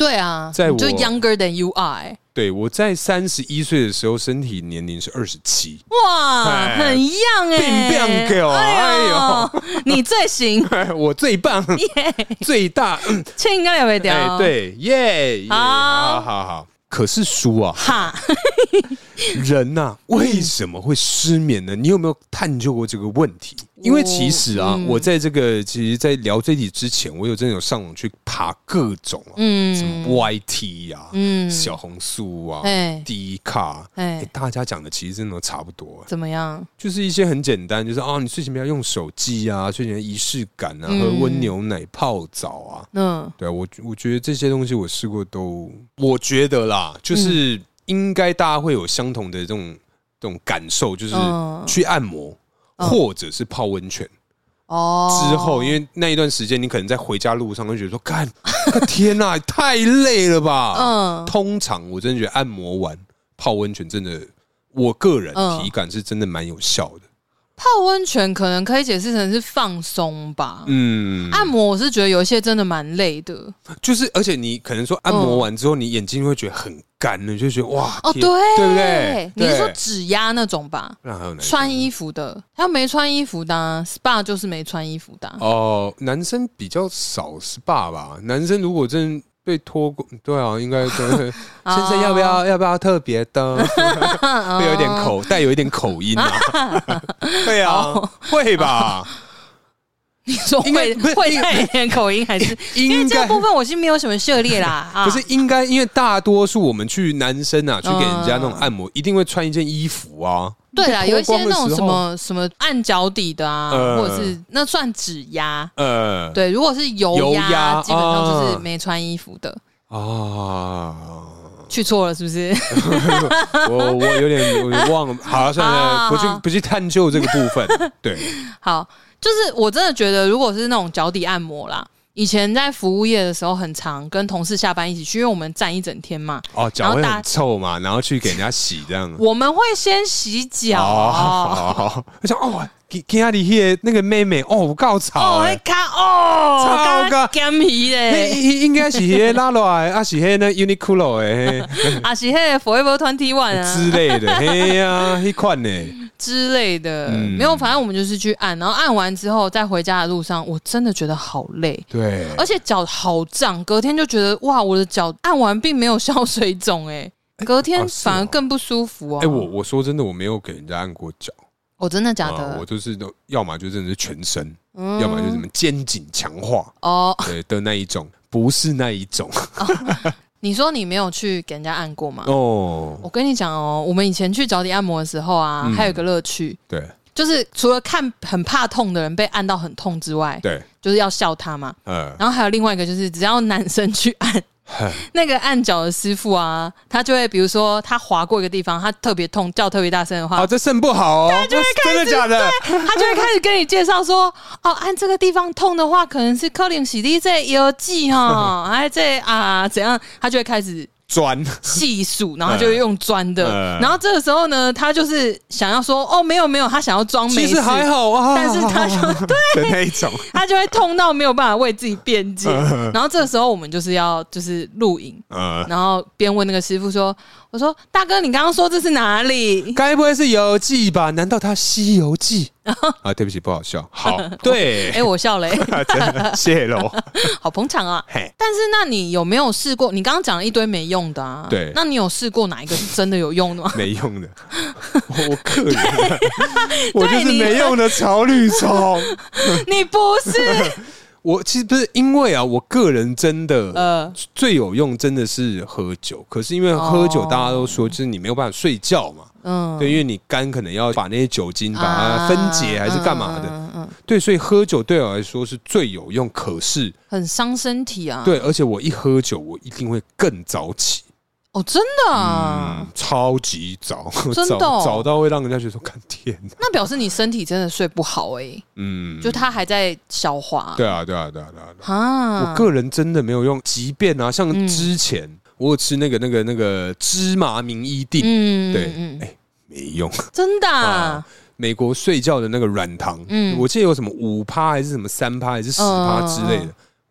对啊，在我就 younger than you are。 对，我在三十一岁的时候，身体年龄是二十七， 哇，很一样哎、 欸，变哎呦，你最行， 我最棒， yeah, 最大， 这应该有没掉？ 哎，对，耶、yeah, 好， 好好好。可是叔啊，哈，人呐、啊、为什么会失眠呢？你有没有探究过这个问题？因为其实啊，嗯、我在这个其实，在聊这题之前，我有真的有上网去爬各种啊，嗯，什么 Y T 啊，嗯，小红书啊，哎 ，D 卡，哎，大家讲的其实真的都差不多。 怎么样？ 就是一些很简单，就是啊，你睡前不要用手机啊，睡前仪式感啊，嗯、喝温牛奶、泡澡啊，嗯，对啊，我我觉得这些东西我试过都，我觉得啦。就是应该大家会有相同的这种这种感受，就是去按摩、嗯、或者是泡温泉哦。之后，因为那一段时间你可能在回家路上会觉得说，干，天哪、啊，太累了吧。嗯，通常我真的觉得按摩完泡温泉真的，我个人体感是真的蛮有效的。 泡温泉可能可以解释成是放松吧，嗯，按摩我是觉得有一些真的蛮累的， 就是而且你可能说按摩完之后，你眼睛会觉得很干，你就觉得哇， 哦，对， 对不对？ 你是说指压那种吧？穿衣服的，他没穿衣服的、啊、S P A 就是没穿衣服的、啊、 哦，男生比较少 S P A 吧，男生如果真被拖过，对啊，应该对。先生要不要要不要特别的？会有一点口带有一点口音啊。对啊，会吧？ 你说会会带一点口音还是？因为这个部分我是没有什么涉猎啦。啊、 不是应该，因为大多数我们去男生啊，去给人家那种按摩，一定会穿一件衣服啊。 对啦，有一些那种什么什么按脚底的啊，呃、或者是那算指压。呃，对，如果是油压，基本上就是没穿衣服的啊。去错了是不是？ 我我有点我忘了，好了算了，不去不去探究这个部分。对， 好，就是我真的觉得，如果是那种脚底按摩啦。以前在服务业的时候，很常跟同事下班一起去，因为我们站一整天嘛。 哦，脚会很臭嘛，然后去给人家洗这样。 我们会先洗脚。哦， 我想哦，今天的那个妹妹哦，够吵哎，卡哦， 超个干皮嘞， 应该是迄拉落来，啊是迄那 Uniqlo 诶， 啊是迄 Forever Twenty One 啊之类的，嘿呀，迄款呢。 之类的、嗯，没有，反正我们就是去按，然后按完之后，在回家的路上，我真的觉得好累， 对， 而且脚好胀，隔天就觉得哇，我的脚按完并没有消水肿，哎，隔天反而更不舒服哦。 哎、欸，我我说真的，我没有给人家按过脚， 哦，真的假的？ 啊、我就是都要么就真的是全身，嗯、要么就是什么肩颈强化哦，对的那一种，不是那一种。哦你说你没有去给人家按过吗？哦，我跟你讲哦，我们以前去脚底按摩的时候啊，嗯、还有一个乐趣， 对， 就是除了看很怕痛的人被按到很痛之外， 对， 就是要笑他嘛。嗯，然后还有另外一个就是，只要男生去按。那个按脚的师傅啊，他就会比如说他滑过一个地方，他特别痛，叫特别大声的话， 哦，这肾不好哦， 他就会开始真的假的？ 他就会开始跟你介绍说，哦，按这个地方痛的话，可能是可能洗涤这药剂哈，还这啊怎样，他就会开始。 钻细数，然后就用钻的、呃，然后这个时候呢，他就是想要说，哦，没有没有，他想要装没事， 其实还好啊， 但是他就对的那一种， 他就会痛到没有办法为自己辩解、呃。然后这个时候我们就是要就是录影、呃，然后边问那个师傅说，我说大哥，你刚刚说这是哪里？ 该不会是游记吧？难道他《西游记》啊？对不起，不好笑。好，对， 哎、欸，我笑了、欸， 谢喽， 好捧场啊。但是那你有没有试过？你刚刚讲了一堆没用。的啊， 对， 那你有试过哪一个是真的有用的吗？ 没用的，我个人，我就是没用的草履虫。 你不是我，其实不是因为啊，我个人真的呃最有用真的是喝酒，可是因为喝酒大家都说就是你没有办法睡觉嘛，嗯，对，因为你肝可能要把那些酒精把它分解还是干嘛的，嗯嗯，对，所以喝酒对我来说是最有用，可是很伤身体啊。 对，而且我一喝酒，我一定会更早起。 哦，真的啊、 嗯，超级早， 真的、哦、 早, 早到会让人家觉得说，看天哪， 那表示你身体真的睡不好哎、欸，嗯，就它还在消化。 对啊，对啊，对啊，对啊，對啊，我个人真的没有用，即便啊，像之前、嗯、我有吃那个那个那个芝麻明医定，嗯，对，哎、欸，没用， 真的、啊啊。美国睡觉的那个软糖，嗯，我记得有什么五趴还是什么三趴还是十趴之类的。嗯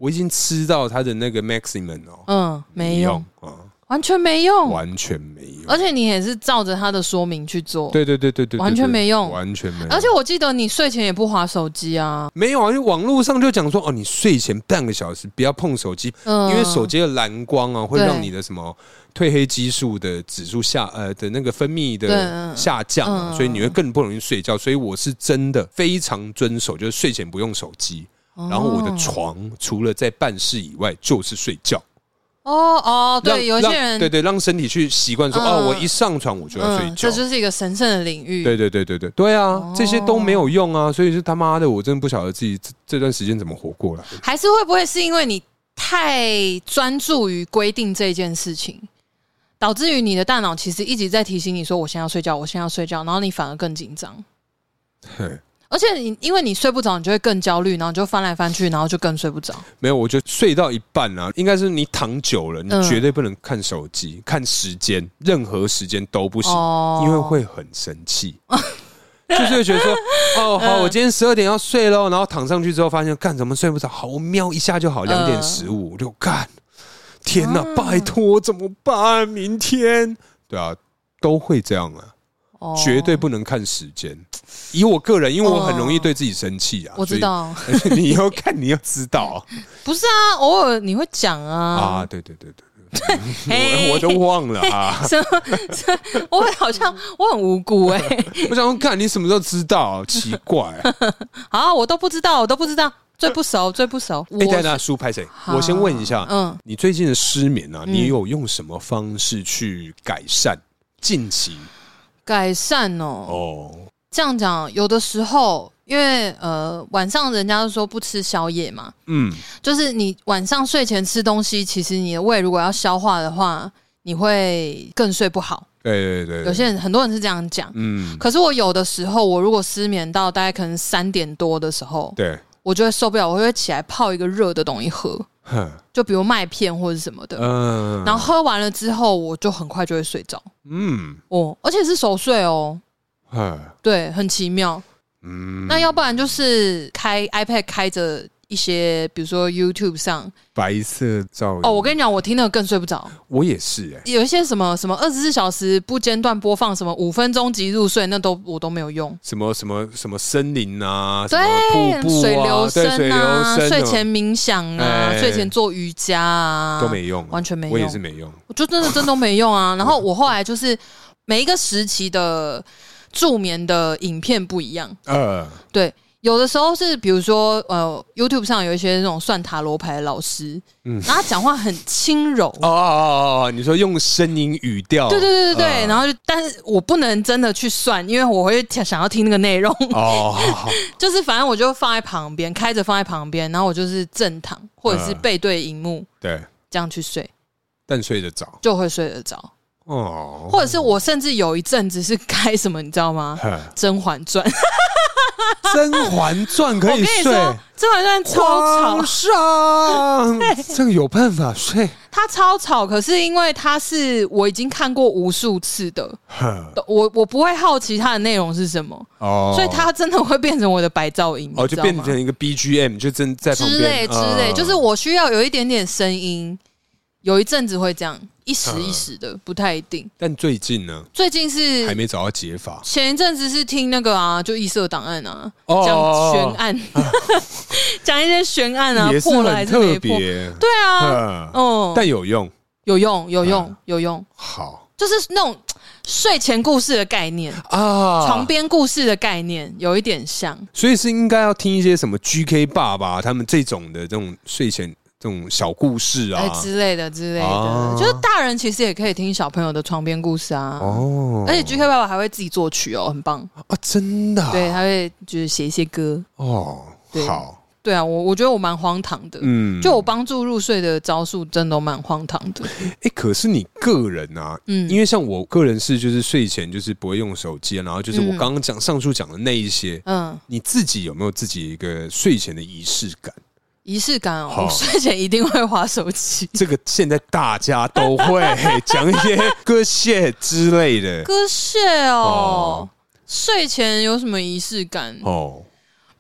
我已经吃到它的那个 maximum 哦， 嗯，没用啊。 完全没用， 完全没用， 而且你也是照着他的说明去做， 对对对对对， 完全没用， 完全没用。 而且我记得你睡前也不滑手机啊， 没有啊，因为网络上就讲说，哦，你睡前半个小时不要碰手机，嗯、因为手机的蓝光啊会让你的什么褪黑激素的指数下呃的那个分泌的下降、啊嗯，所以你会更不容易睡觉。所以我是真的非常遵守，就是睡前不用手机，哦、然后我的床除了在办事以外就是睡觉。 哦哦，对，有些人对对，让身体去习惯说、嗯，哦，我一上床我就要睡觉、嗯， 这就是一个神圣的领域。 对对对对对对啊、哦，这些都没有用啊，所以是他妈的，我真的不晓得自己这这段时间怎么活过来。 还是会不会是因为你太专注于规定这件事情，导致于你的大脑其实一直在提醒你说，我现在要睡觉，我现在要睡觉，然后你反而更紧张。 嘿。 而且你因为你睡不着，你就会更焦虑，然后你就翻来翻去，然后就更睡不着。 没有，我觉得睡到一半啊，应该是你躺久了，你绝对不能看手机、嗯、看时间，任何时间都不行，哦、因为会很生气。就是会觉得说，哦，好，我今天十二点要睡咯，然后躺上去之后发现，干怎么睡不着？好，我瞄一下就好，两点十五，我就干，天哪，啊、拜托怎么办？明天，对啊，都会这样啊。Oh. 绝对不能看时间。以我个人，因为我很容易对自己生气啊。 我知道， 你以后看你要知道。 不是啊，偶尔你会讲啊。 啊，对对对对对，我, 我都忘了啊。 什么？我好像我很无辜哎、欸。 我想说，看你什么时候知道？奇怪。 好，我都不知道，我都不知道。最不熟，最不熟。 哎、欸，等等，书拍谁？我先问一下，嗯，你最近的失眠啊，你有用什么方式去改善？近期。 改善哦，哦，这样讲，有的时候，因为呃晚上人家都说不吃宵夜嘛，嗯，就是你晚上睡前吃东西，其实你的胃如果要消化的话，你会更睡不好。 对对 对, 对， 有些人很多人是这样讲，嗯，可是我有的时候，我如果失眠到大概可能三点多的时候，对，我就会受不了，我会起来泡一个热的东西喝。就比如麦片或者什么的，嗯，然后喝完了之后，我就很快就会睡着，嗯，哦，而且是熟睡哦，对，很奇妙，嗯，那要不然就是开 iPad 开着一些，比如说 YouTube 上白色噪音哦，我跟你讲，我听那个更睡不着， 我也是哎、 欸，有一些什么什么二十四小时不间断播放，什么五分钟即入睡，那都我都没有用， 什么什么什么森林啊， 对， 瀑布啊， 水流声啊， 水睡前冥想啊，欸、睡前做瑜伽啊， 都没用， 完全没用， 我也是没用， 我就真的真都没用啊。然后我后来就是每一个时期的助眠的影片不一样，呃，对。有的时候是比如说呃 YouTube 上有一些那种算塔罗牌的老师，嗯，然后他讲话很轻柔哦哦哦哦，你说用声音语调， 对对对对对，呃、然后就但是我不能真的去算，因为我会想要听那个内容哦，就是反正我就放在旁边，开着放在旁边，然后我就是正躺或者是背对荧幕，呃、对，这样去睡， 但睡得着， 就会睡得着。哦，或者是我甚至有一阵子是开什么，你知道吗？《甄嬛传》。 《甄嬛传》可以睡，《 甄嬛传》超吵， 上这个有办法睡。 它超吵，可是因为它是我已经看过无数次的，我我不会好奇它的内容是什么，哦，所以它真的会变成我的白噪音， 哦，就变成一个 B G M， 就真在旁边之类之类，哦，就是我需要有一点点声音。有一阵子会这样，一时一时的，不太一定。 但最近呢？ 最近是还没找到解法。 前一阵子是听那个啊，就异色档案啊，讲悬案，讲一些悬案啊，破了还是没破？对啊， 嗯，但有用， 有用，有用，有用。 好， 就是那种睡前故事的概念啊，床边故事的概念，有一点像。 所以是应该要听一些什么 G K 爸爸他们这种的这种睡前。这种小故事啊、 欸、之类的之类的、啊，就是大人其实也可以听小朋友的床边故事啊。哦，而且 G K 爸爸还会自己作曲哦，很棒啊！真的、啊， 对，他会就是写一些歌哦。对好， 对啊，我我觉得我蛮荒唐的，嗯，就我帮助入睡的招数真的都蛮荒唐的。 哎、欸，可是你个人啊，嗯，因为像我个人是就是睡前就是不会用手机，然后就是我刚刚讲上述讲的那一些，嗯，你自己有没有自己一个睡前的仪式感？ 仪式感哦，我睡前一定会滑手机。 这个现在大家都会讲一些歌谢之类的。 歌谢哦，哦，睡前有什么仪式感？哦，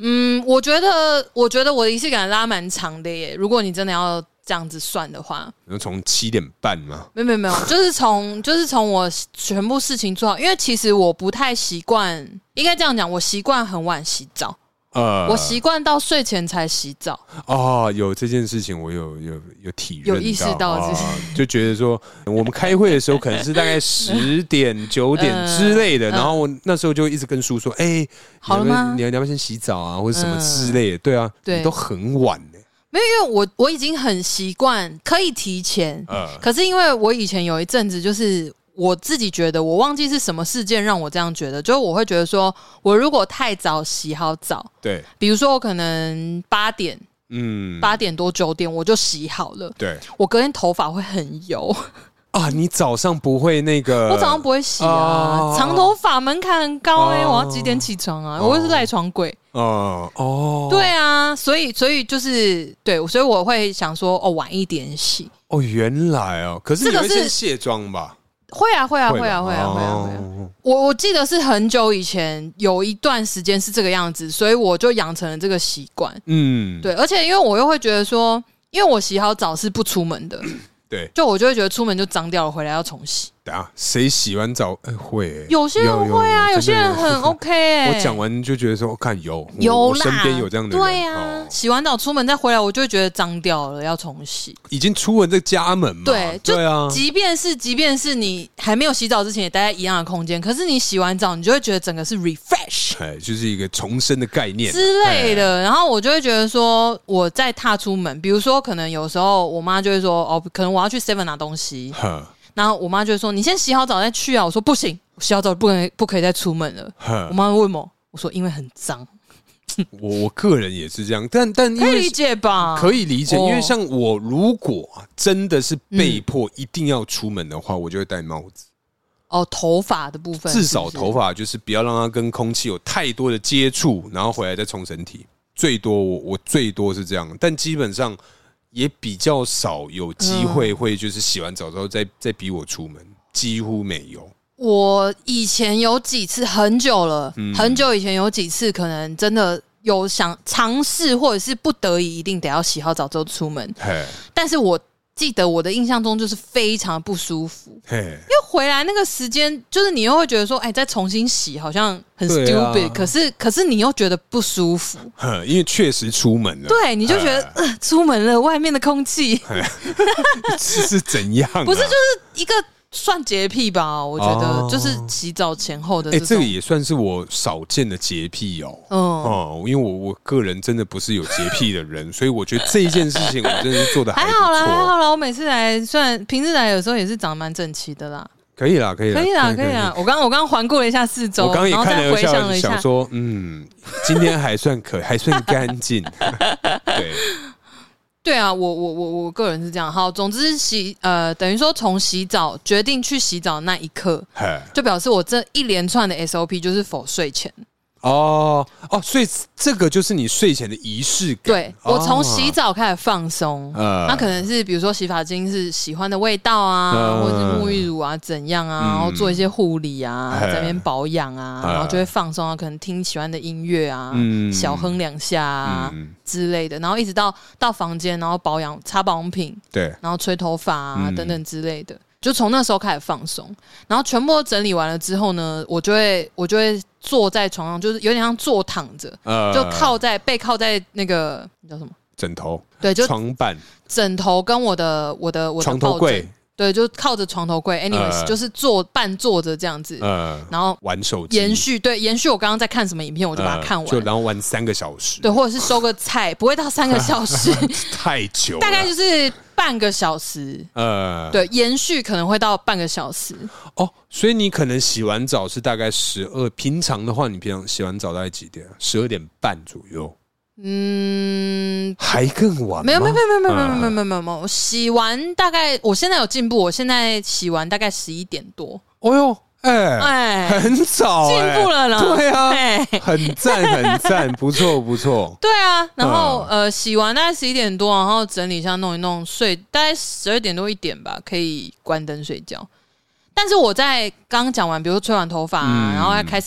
嗯，我觉得，我觉得我的仪式感拉蛮长的耶。如果你真的要这样子算的话， 你从七点半吗？ 没有没有没有，就是从就是从我全部事情做好，因为其实我不太习惯，应该这样讲，我习惯很晚洗澡。呃，我习惯到睡前才洗澡。 哦，有这件事情，我有有有体认到， 有意识到就是、哦， 就觉得说，我们开会的时候可能是大概十点、九点之类的，嗯、然后我那时候就一直跟叔说，哎、欸， 好了吗？ 你要你要不要先洗澡啊，或者什么之类的？嗯、对啊，对，你都很晚呢。 没有，因为我我已经很习惯可以提前，呃、可是因为我以前有一阵子就是。我自己觉得，我忘记是什么事件让我这样觉得，就是我会觉得说，我如果太早洗好澡， 对， 比如说我可能八点，嗯，八点多九点我就洗好了， 对， 我隔天头发会很油啊。你早上不会那个？ 我早上不会洗啊，啊长头发门槛很高哎、欸，啊、我要几点起床啊？啊我又是赖床鬼哦哦，对啊，所以所以就是对，所以我会想说，哦，晚一点洗。 哦，原来哦，可是你会先卸妆吧？ 会啊会啊会啊会啊会啊会啊！我我记得是很久以前有一段时间是这个样子，所以我就养成了这个习惯。嗯，对，而且因为我又会觉得说，因为我洗好澡是不出门的， 对， 就我就会觉得出门就脏掉了，回来要重洗。 对啊，谁洗完澡、欸、会、欸？ 有些人会啊，有, 有些人很 OK 哎、 欸。我讲完就觉得说，我看有有啦，身边有这样的人。 对啊、哦，洗完澡出门再回来，我就会觉得脏掉了，要重洗。 已经出了这家门嘛？ 对，就对啊。 即便是即便是你还没有洗澡之前也待在一样的空间，可是你洗完澡，你就会觉得整个是 refresh， 哎，就是一个重生的概念之类的。然后我就会觉得说，我再踏出门，比如说可能有时候我妈就会说，哦，可能我要去 Seven 拿东西。然后我妈就会说：“你先洗好澡再去啊！”我说：“不行，我洗好澡不可以不可以再出门了。”我妈问我，我说：“因为很脏。” 我我个人也是这样，但但可以理解吧？ 可以理解，因为像我如果真的是被迫一定要出门的话，嗯、我就会戴帽子。 哦，头发的部分是不是， 至少头发就是不要让它跟空气有太多的接触，然后回来再冲身体。最多我我最多是这样，但基本上。也比较少有机会会就是洗完澡之后再再逼我出门，几乎没有。 我以前有几次很久了，嗯、很久以前有几次可能真的有想尝试，或者是不得已一定得要洗好澡之后出门。但是我记得我的印象中就是非常不舒服，因为回来那个时间，就是你又会觉得说，哎，再重新洗好像很 stupid，、啊、可是可是你又觉得不舒服， 因为确实出门了， 对，你就觉得、呃、出门了，外面的空气是是怎样、啊？ 不是，就是一个。算洁癖吧，我觉得就是洗澡前后的这种。 哎、欸，这个也算是我少见的洁癖哦。嗯哦，因为我我个人真的不是有洁癖的人，所以我觉得这一件事情我真的是做的还不错。 还好啦，还好啦。我每次来，虽然平日来有时候也是长得蛮整齐的啦。 可以啦，可以啦， 可以啦，可以啦。我刚我刚环顾了一下四周， 我刚也看了回想了一下， 想说，嗯，今天还算可，还算干净。对。 对啊，我我我我个人是这样。好，总之洗呃，等于说从洗澡决定去洗澡那一刻，就表示我这一连串的 S O P 就是否睡前。 哦哦，所以这个就是你睡前的仪式感。 对，我从洗澡开始放松，那、呃、可能是比如说洗发精是喜欢的味道啊，呃、或者是沐浴乳啊怎样啊，嗯、然后做一些护理啊，在那边保养啊，呃、然后就会放松啊，可能听喜欢的音乐啊，嗯、小哼两下啊、嗯、之类的，然后一直到到房间，然后保养擦保养品， 对， 然后吹头发啊、嗯、等等之类的。就从那时候开始放松，然后全部都整理完了之后呢，我就会我就会坐在床上，就是有点像坐躺着，呃、就靠在背靠在那个叫什么枕头， 对，就床板、 枕头跟我的我的我的床头柜， 对，就靠着床头柜 ，anyways，、呃、就是坐半坐着这样子，呃、然后玩手机， 延续对延续我刚刚在看什么影片，我就把它看完， 呃、就然后玩三个小时， 对，或者是收个菜，不会到三个小时， 太久了， 大概就是。半个小时，呃，对，延续可能会到半个小时哦，所以你可能洗完澡是大概十二，平常的话，你平常洗完澡大概几点？十二点半左右，嗯，还更晚吗？ 没有，没有，没有，没有，没有，没有，没有，没有，没有，没有，洗完大概，我现在有进步，我现在洗完大概十一点多， 哦哟。哎、欸，哎，很早、 欸，进步了呢。 对啊，欸、很赞，很赞，不错，不错。 对啊，然后、嗯、呃，洗完大概十一点多，然后整理一下，弄一弄，睡大概十二点多一点吧，可以关灯睡觉。但是我在刚讲完，比如说吹完头发、啊嗯，然后要开始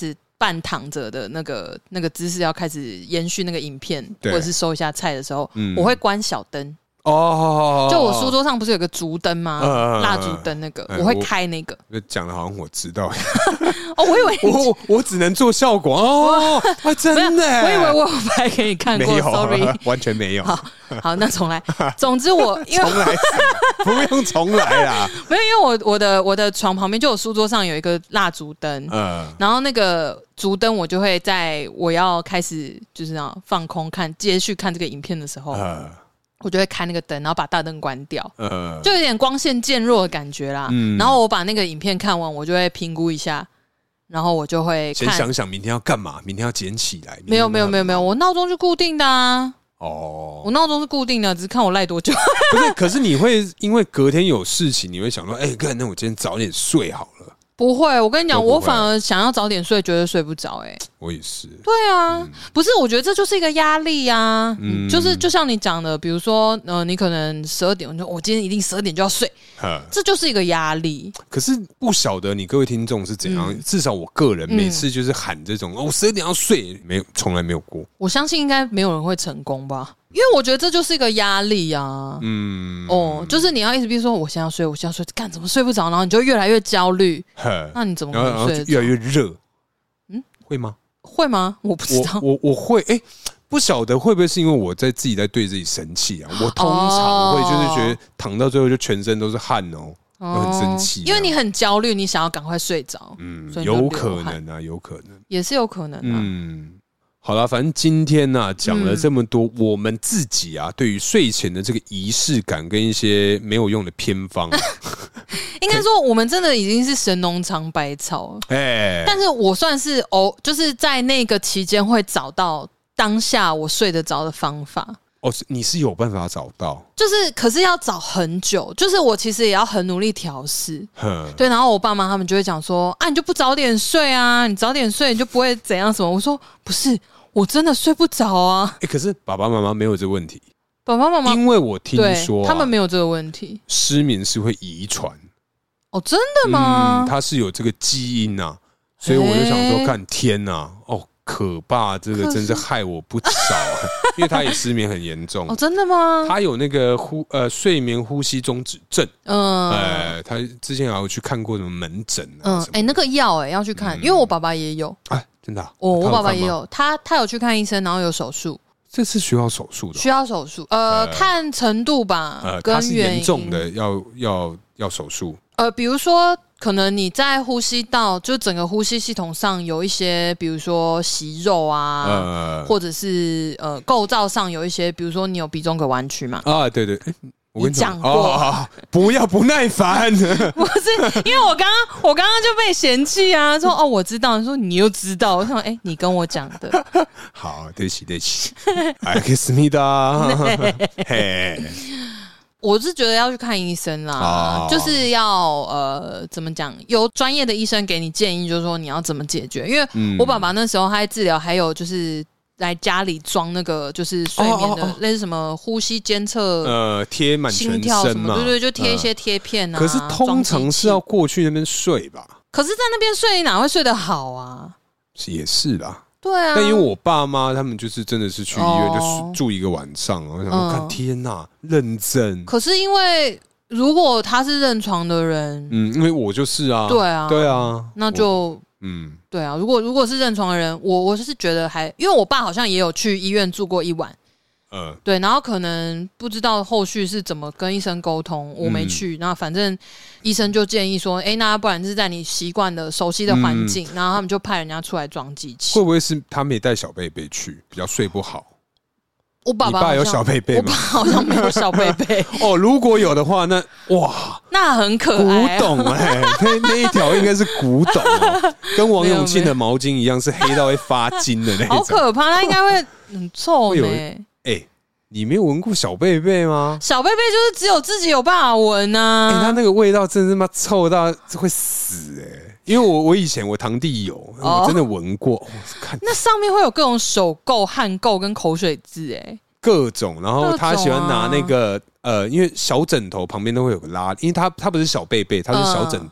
半躺着的那个那个姿势要开始延续那个影片，或者是收一下菜的时候，嗯、我会关小灯。哦，就我书桌上不是有个竹灯吗？蜡烛灯那个，我会开那个。 讲的好像我知道。 哦，我以为我我只能做效果哦，啊，真的， 我以为我有拍给你看过 ，sorry， 完全没有。 好，好，那重来。总之我因为重来，不用重来啦。 没有，因为我我的我的床旁边就有书桌上有一个蜡烛灯，嗯，然后那个烛灯我就会在我要开始就是要放空看接续看这个影片的时候。嗯，我就会开那个灯，然后把大灯关掉，呃、就有点光线渐弱的感觉啦。嗯、然后我把那个影片看完，我就会评估一下，然后我就会看先想想明天要干嘛，明天要捡起来。 没有没有没有没有，我闹钟是固定的啊。哦，我闹钟是固定的，只是看我赖多久。 不是，可是你会因为隔天有事情，你会想说，哎、欸，那我今天早点睡好了。 不会，我跟你讲，我反而想要早点睡，觉得睡不着。哎， 我也是。 对啊，嗯、不是，我觉得这就是一个压力啊。嗯，就是就像你讲的，比如说，呃，你可能十二点，我就我今天一定十二点就要睡，这就是一个压力。 可是不晓得你各位听众是怎样，嗯、至少我个人每次就是喊这种，我十二点要睡，没有，从来没有过。 我相信应该没有人会成功吧。因为我觉得这就是一个压力啊，嗯，哦，就是你要一直比如说我现在要睡，我现在要睡，干怎么睡不着，然后你就越来越焦虑，那你怎么可能睡得着？ 越来越热，嗯，会吗？ 会吗？我不知道， 我我, 我会，哎、欸，不晓得会不会是因为我在自己在对自己生气啊？我通常会就是觉得躺到最后就全身都是汗哦，我很生气、啊， 因为你很焦虑，你想要赶快睡着，嗯， 有可能啊，有可能， 也是有可能啊，嗯。 好啦，反正今天呢、啊、讲了这么多，嗯、我们自己啊对于睡前的这个仪式感跟一些没有用的偏方， 应该说我们真的已经是神农尝百草了。哎，但是我算是哦，就是在那个期间会找到当下我睡得着的方法。 哦，你是有办法找到， 就是可是要找很久，就是我其实也要很努力调试。对，然后我爸妈他们就会讲说，啊，你就不早点睡啊，你早点睡你就不会怎样什么。我说不是。我真的睡不着啊！ 哎、欸，可是爸爸妈妈没有这个问题。 爸爸妈妈， 因为我听说、啊、 他们没有这个问题。 失眠是会遗传。 哦，真的吗？ 嗯，它是有这个基因啊，所以我就想说，看天啊，哦，可怕，这个真是害我不少、啊，因为他也失眠很严重。 哦，真的吗？ 他有那个呼呃睡眠呼吸中止症。嗯，呃，他之前还有去看过什么门诊、啊。嗯， 哎、欸，那个药哎、欸、要去看，嗯、因为我爸爸也有。 哎。真的、啊， 我我爸爸也有，他他有去看医生，然后有手术。 这是需要手术的、哦， 需要手术，呃，呃看程度吧，呃，跟它是严重的，要要要手术。 呃，比如说，可能你在呼吸道，就整个呼吸系统上有一些，比如说息肉啊，呃、或者是呃构造上有一些，比如说你有鼻中隔弯曲嘛？ 啊，对对。欸我跟你讲过、 哦，不要不耐烦。 不是，因为我刚刚我刚刚就被嫌弃啊，说哦我知道，你说你又知道，我想哎、欸、你跟我讲的。 好，对不起对不起，艾克斯密达。嘿， 我是觉得要去看医生啦，哦、就是要呃怎么讲，由专业的医生给你建议，就是说你要怎么解决。因为我爸爸那时候他在治疗，还有就是。来家里装那个就是睡眠的类似什么呼吸监测， 呃，贴满全身嘛， 对对，就贴一些贴片啊。 可是通常是要过去那边睡吧？ 可是，在那边睡哪会睡得好啊？ 也是啦， 对啊。 但因为我爸妈他们就是真的是去医院就住一个晚上，我想说，看天哪，认真。 可是因为如果他是认床的人， 嗯，因为我就是啊， 对啊， 对啊， 那就。嗯，对啊，如果如果是认床的人，我我是觉得还，因为我爸好像也有去医院住过一晚，嗯，对，然后可能不知道后续是怎么跟医生沟通，我没去，然后反正医生就建议说，哎，那不然是在你习惯的、熟悉的环境，嗯、然后他们就派人家出来装机器。 会不会是他没带小贝贝去，比较睡不好？ 我爸爸你爸有小贝贝吗？ 我爸好像没有小贝贝哦。如果有的话，那哇， 那很可爱、 啊，古董哎、欸，那那一条应该是古董哦，跟王永庆的毛巾一样，是黑到会发金的那种。 好可怕，它应该会很臭呢、欸。 哎、欸，你没有闻过小贝贝吗？ 小贝贝就是只有自己有办法闻啊。 哎、欸，它那个味道真是妈臭到会死哎、欸。因为我我以前我堂弟有，哦、我真的闻过、哦看。 那上面会有各种手垢、汗垢跟口水渍，哎， 各种。然后他喜欢拿那个、啊、呃，因为小枕头旁边都会有个拉，因为他他不是小被被，他是小枕头。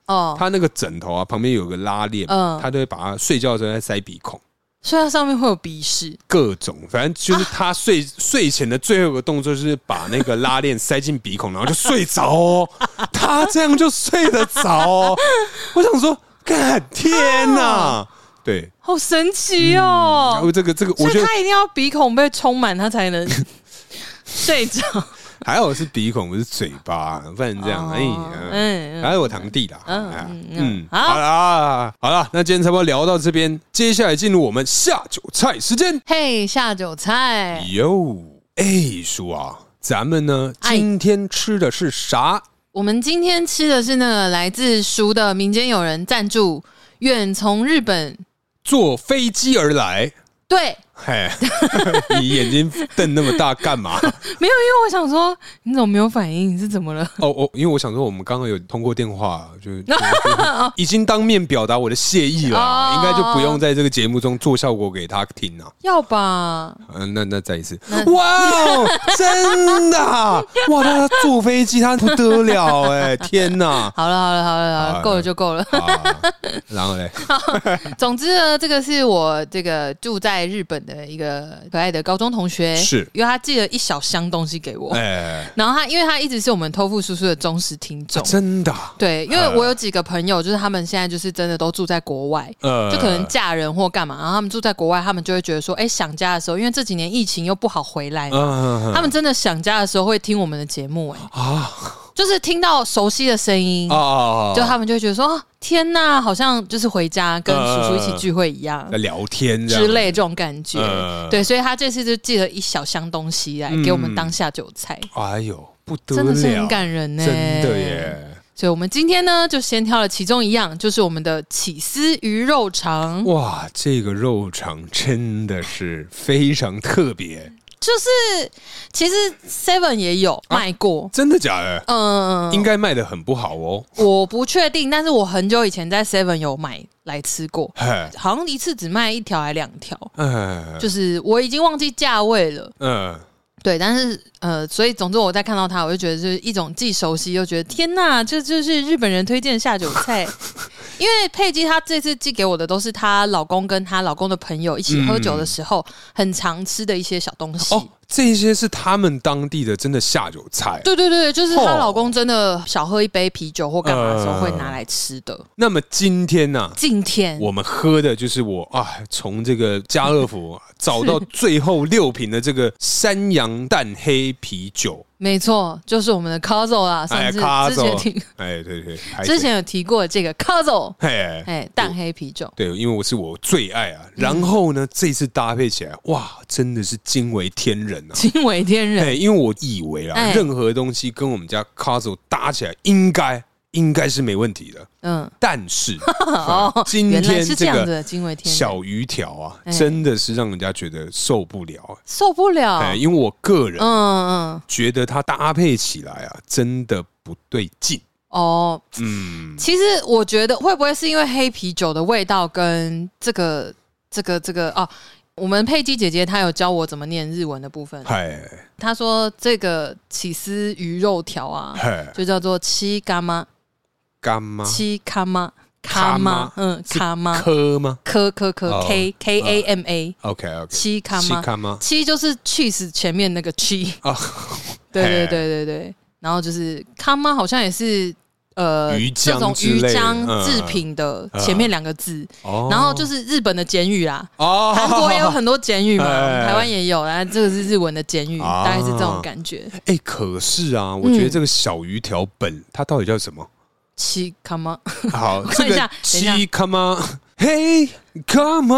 哦，他那个枕头啊旁边有个拉链，嗯，他都会把它睡觉的时候再塞鼻孔。 所以它上面会有鼻屎， 各种，反正就是他睡、啊、睡前的最后一个动作就是把那个拉链塞进鼻孔，然后就睡着哦。他这样就睡得着哦。我想说，干天哪、啊，对， 好神奇哦。 嗯、这个这个，我觉得他一定要鼻孔被充满，他才能睡着。 还好是鼻孔不是嘴巴，不然这样，哎、哦，嗯，还有我堂弟啦，嗯嗯，嗯好啦，好啦，那今天差不多聊到这边，接下来进入我们下酒菜时间。 嘿，下酒菜哟，哎，叔啊，咱们呢今天吃的是啥？ 我们今天吃的是那个来自叔的民间友人赞助，远从日本坐飞机而来。 对， 嘿，你眼睛瞪那么大干嘛？ 没有，因为我想说你怎么没有反应？你是怎么了？ 哦哦，因为我想说我们刚刚有通过电话，就, 就, 就已经当面表达我的谢意了、哦，应该就不用在这个节目中做效果给他听了。 要吧？ 嗯，那那再一次，哇哦，真的，哇，他坐飞机他不得了哎，天哪！ 好了好了好了好了，够了就够了。 然后嘞， 总之呢，这个是我这个住在。在日本的一个可爱的高中同学， 是因为他寄了一小箱东西给我，哎、然后他因为他一直是我们偷富叔叔的忠实听众、啊， 真的、啊， 对，因为我有几个朋友，就是他们现在就是真的都住在国外，呃、就可能嫁人或干嘛，然后他们住在国外，他们就会觉得说，哎、欸，想家的时候，因为这几年疫情又不好回来嘛，呃、他们真的想家的时候会听我们的节目、欸，哎啊。就是听到熟悉的声音，哦、就他们就会觉得说、哦：“天哪，好像就是回家跟叔叔一起聚会一样， 呃、聊天之类这种感觉。呃”对，所以他这次就寄了一小箱东西来给我们当下酒菜。 嗯、哎呦，不得了， 真的是很感人呢、 欸，真的耶！ 所以我们今天呢，就先挑了其中一样，就是我们的起司鱼肉肠。 哇，这个肉肠真的是非常特别。 就是其实 Seven 也有卖过、啊， 真的假的？嗯，应该卖得很不好哦。 我不确定，但是我很久以前在 Seven 有买来吃过，好像一次只卖一条还两条，就是我已经忘记价位了。嗯。对，但是呃，所以总之我在看到它，我就觉得就是一种既熟悉又觉得天哪，这就是日本人推荐的下酒菜。因为佩姬她这次寄给我的都是她老公跟她老公的朋友一起喝酒的时候、嗯、很常吃的一些小东西。哦， 这些是他们当地的真的下酒菜。 对对对，就是她老公真的少喝一杯啤酒或干嘛的时候会拿来吃的。呃、 那么今天呢、啊？ 今天我们喝的就是我啊，从这个家乐福找到最后六瓶的这个山羊淡黑啤酒。 没错，就是我们的 Kazo 啦，上次之前提， 哎，对对， 之前有提过这个 Kazo， 哎哎，淡黑啤酒， 对，因为我是我最爱啊。然后呢，这次搭配起来，哇，真的是惊为天人啊， 惊为天人。 哎，因为我以为啊，任何东西跟我们家 Kazo 搭起来，应该。应该是没问题的，嗯，但是、哦、今天这个小鱼条啊，真的是让人家觉得受不了， 受不了。 哎，因为我个人嗯嗯觉得它搭配起来啊，真的不对劲。 哦，嗯，其实我觉得会不会是因为黑啤酒的味道跟这个这个这个哦，我们佩姬姐姐她有教我怎么念日文的部分，她说这个起司鱼肉条啊，就叫做七干妈。 干妈七卡妈卡妈嗯卡妈科吗科科科 K K A M A OK OK 七卡妈七就是 cheese 前面那个 cheese 哦对对对对对，然后就是卡妈好像也是呃鱼这种鱼浆制品的前面两个字，然后就是日本的简语啦，韩国也有很多简语嘛，台湾也有，然后这个是日文的简语，大概是这种感觉。 哎，可是啊，我觉得这个小鱼条本它到底叫什么？ 七 come on， 好，这个七 come on， 嘿 come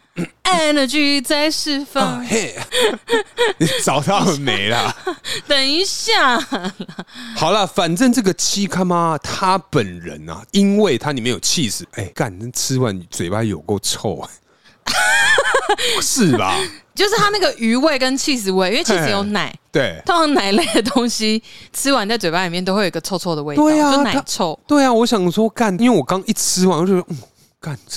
on，energy 在释放， 嘿，你找到了没啦？ 等一下， 好了，反正这个七 come on， 他本人啊，因为它里面有气势，哎，干，吃完嘴巴有够臭啊。是吧？ 就是它那个鱼味跟起司味，因为起司有奶， 对， 通常奶类的东西吃完在嘴巴里面都会有一个臭臭的味道， 对啊， 就奶臭。 对啊，我想说干，因为我刚一吃完我就觉得，嗯，干这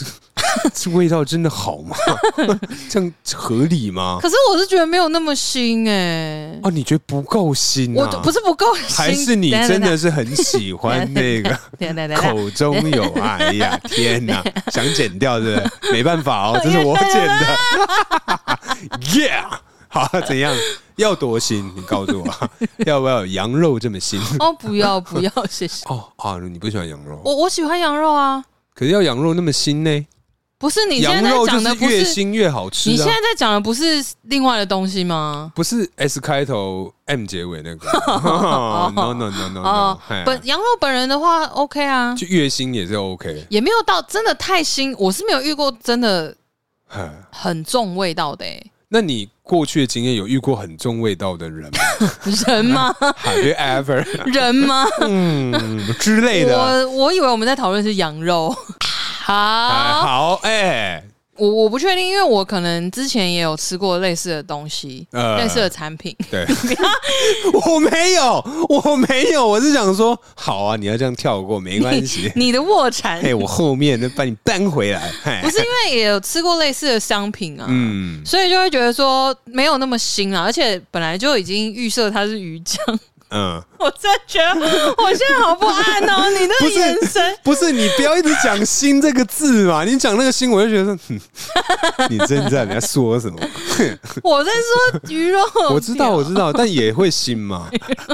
这味道真的好吗？这样合理吗？ 可是我是觉得没有那么腥哎、欸。 哦，你觉得不够腥啊？ 我不是不够腥， 还是你真的是很喜欢那个口中有爱？哎呀，天哪！想剪掉是不是？没办法哦，这是我剪的。Yeah， 好，怎样？要多腥？你告诉我，要不要有羊肉这么腥？ 哦，不要不要，谢谢。 哦啊，你不喜欢羊肉？ 我我喜欢羊肉啊。可是要羊肉那么腥呢？ 不是你现在讲的不是越腥越好吃、啊。 你现在在讲的不是另外的东西吗？ 不是 S 开头 M 结尾那个。no no no no no。哦， 本羊肉本人的话 OK 啊， 就越腥也是 OK， 也没有到真的太腥。我是没有遇过真的很重味道的、欸。 那你过去的经验有遇过很重味道的人吗？ 人吗 ？Have you ever？ 人吗？ 嗯之类的。 我我以为我们在讨论是羊肉。好， 好，哎、欸， 我我不确定，因为我可能之前也有吃过类似的东西，呃、类似的产品。 对，我没有，我没有，我是想说，好啊，你要这样跳过没关系。 你, 你的卧蚕， 哎，我后面把你搬回来。 不是因为也有吃过类似的商品啊，嗯，所以就会觉得说没有那么腥啊，而且本来就已经预设它是鱼浆。嗯，我真的觉得我现在好不安哦！你的眼神不是你不要一直讲“腥”这个字嘛？你讲那个“腥”，我就觉得，你真在你在说什么？ 我在说鱼肉， 我知道，我知道，但也会腥嘛。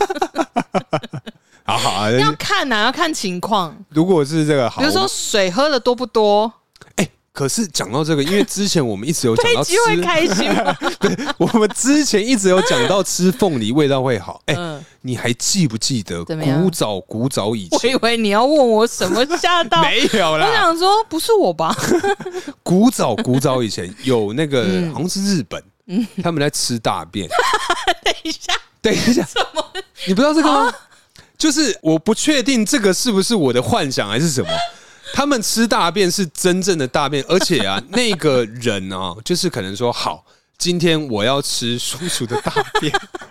好好啊， 要看呐、啊，要看情况。 如果是这个，好， 比如说水喝的多不多？ 哎。可是讲到这个，因为之前我们一直有讲到吃， 会开心吗？ 对，我们之前一直有讲到吃凤梨味道会好。哎、欸嗯，你还记不记得古早古早以前？ 我以为你要问我什么，吓到没有啦。 我想说不是我吧？ 古早古早以前有那个、嗯、好像是日本、嗯，他们在吃大便。 等一下， 等一下， 什么？ 你不知道这个吗？就是我不确定这个是不是我的幻想还是什么。他们吃大便是真正的大便，而且啊，那个人啊，就是可能说好，今天我要吃叔叔的大便。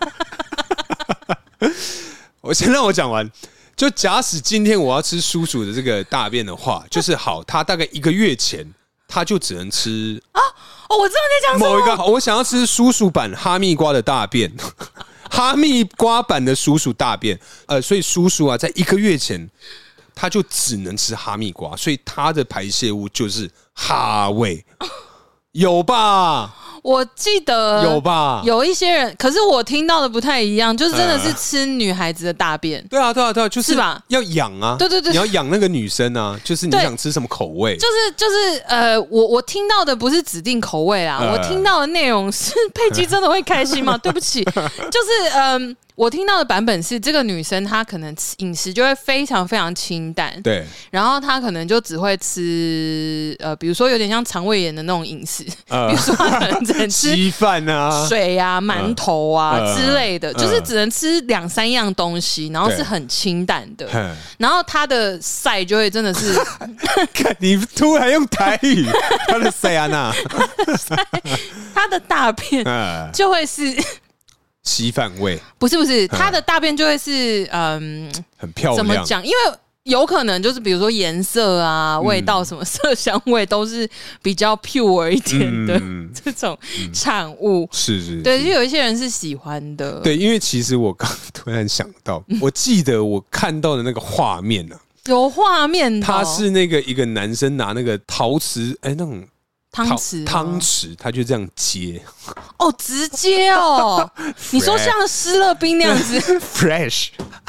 我先让我讲完，就假使今天我要吃叔叔的这个大便的话，就是好，他大概一个月前他就只能吃啊， 哦，我知道你在讲什么。 某一个，我想要吃叔叔版哈密瓜的大便，哈密瓜版的叔叔大便，呃，所以叔叔啊，在一个月前。他就只能吃哈密瓜，所以他的排泄物就是哈味，有吧？ 我记得有吧？ 有一些人，可是我听到的不太一样，就是真的是吃女孩子的大便。呃、 对啊，对啊，对啊，就是吧？ 要养啊， 对对对， 你要养那个女生啊，就是你想吃什么口味？ 就是就是呃，我我听到的不是指定口味啦，呃、我听到的内容是佩姬真的会开心吗？对不起，就是嗯。呃我听到的版本是，这个女生她可能饮食就会非常非常清淡， 对， 然后她可能就只会吃呃，比如说有点像肠胃炎的那种饮食，呃、比如说她可能只能吃稀饭啊、 水啊、馒头啊、呃、之类的，呃、就是只能吃两三样东西，然后是很清淡的，然后她的晒就会真的是， 看你突然用台语，她的晒啊那， 她的大便就会是。 稀饭味不是不是，它的大便就会是嗯， 很漂亮。 怎么讲？因为有可能就是比如说颜色啊、味道什么色香味都是比较 pure 一点的、嗯、这种产物。 是是， 对，就有一些人是喜欢的。 对，因为其实我刚突然想到，我记得我看到的那个画面啊， 有画面的、哦， 他是那个一个男生拿那个陶瓷，哎，那种。 汤匙， 汤匙，他就这样接， 哦，直接哦，你说像湿乐冰那样子 ，fresh，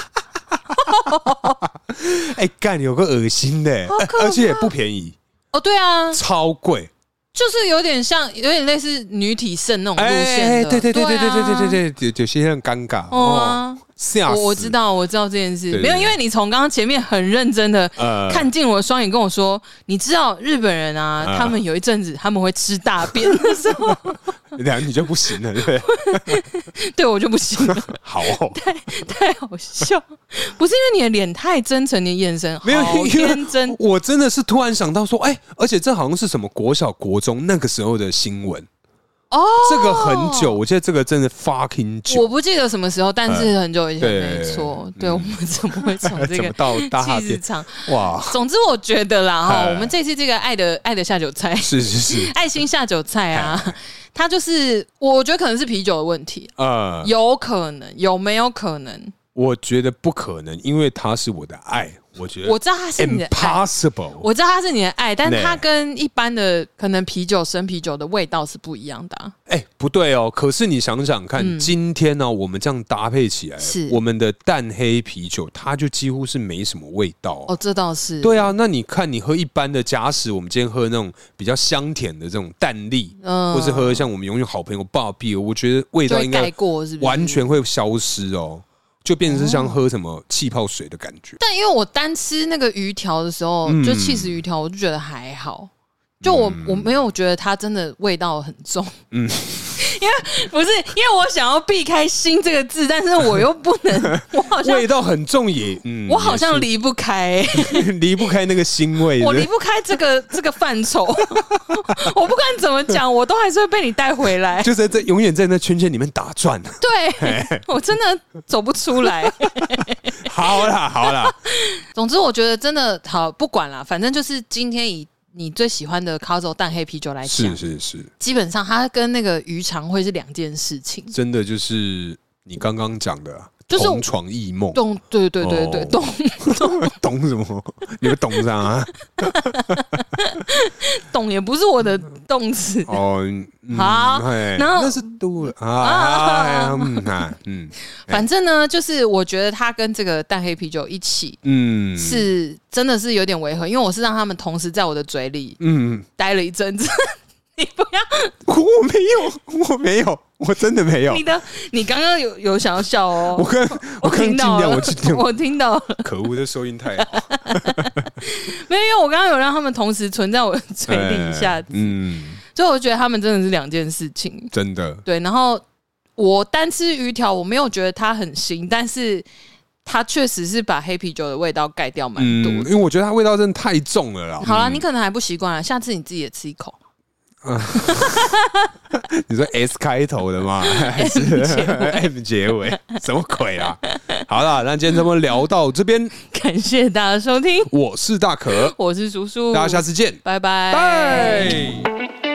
哎，干有个恶心的，而且也不便宜， 哦，对啊， 超贵， 就是有点像，有点类似女体盛那种路线的， 对对对对对对对对对，有些很尴尬哦。 我我知道，我知道这件事，没有，因为你从刚刚前面很认真的看进我的双眼，跟我说，你知道日本人啊，呃、他们有一阵子他们会吃大便的时候， 两你就不行了，对不对？ 对我就不行了， 好、哦， 太太好笑，不是因为你的脸太真诚，你的眼神好天真， 我真的是突然想到说，哎、欸，而且这好像是什么国小国中那个时候的新闻。 哦， 这个很久，我记得这个真的 fucking 久， 我不记得什么时候，但是很久以前，没错。对，我们怎么会从这个到大气势场？哇！总之我觉得啦，哈，我们这次这个爱的爱的下酒菜， 是是是， 爱心下酒菜啊，它就是我觉得可能是啤酒的问题，呃，有可能，有没有可能？ 我觉得不可能，因为它是我的爱。我觉得我知道它是你的爱 ，impossible。我知道它是你的爱，但它跟一般的可能啤酒、生啤酒的味道是不一样的、啊。 哎、欸，不对哦。可是你想想看，嗯、今天呢、啊，我们这样搭配起来，是我们的淡黑啤酒，它就几乎是没什么味道、啊。 哦，这倒是。 对啊，那你看，你喝一般的，假使我们今天喝那种比较香甜的这种淡丽，嗯，或是喝像我们永远好朋友爸比，我觉得味道应该完全会消失哦。就变成是像喝什么气泡水的感觉， 但因为我单吃那个鱼条的时候，嗯、就起司鱼条，我就觉得还好。就我、嗯、我没有觉得它真的味道很重，嗯，因为不是因为我想要避开腥这个字，但是我又不能，我好像味道很重也，嗯， 我好像离不开、 欸，离不开那个腥味， 我离不开这个这个范畴，我不管怎么讲，我都还是会被你带回来， 就在这永远在那圈圈里面打转， 对我真的走不出来。 好啦好啦， 总之我觉得真的好，不管啦，反正就是今天以你最喜欢的 Cazzo 淡黑啤酒来讲， 是是是， 基本上它跟那个鱼肠会是两件事情。 真的就是你刚刚讲的、啊，就是同床异梦。 懂，对对对对，懂懂懂什么？你们懂啥、啊？ 懂也不是我的动词哦。嗯、好，然后那是读了啊，嗯啊，嗯， 反正呢，就是我觉得它跟这个淡黑啤酒一起，嗯，是真的是有点违和，因为我是让他们同时在我的嘴里，嗯，待了一阵子。你不要， 我没有，我没有，我真的没有。 你的，你刚刚有有想要笑哦。 我刚我刚尽量，我尽量， 我听到了。 可恶，这收音太好。 没有，因为我刚刚有让他们同时存在我的嘴里一下子，嗯，所以我觉得他们真的是两件事情， 真的。 对，然后我单吃鱼条，我没有觉得它很腥，但是它确实是把黑啤酒的味道盖掉蛮多的、 嗯，因为我觉得它味道真的太重了啦。 好啦，你可能还不习惯了，下次你自己也吃一口。 你说 S 开头的吗？还是 M 结尾？什么鬼啊？好了，那今天咱们聊到这边， 感谢大家收听， 我是大可， 我是叔叔， 大家下次见， 拜拜。 拜。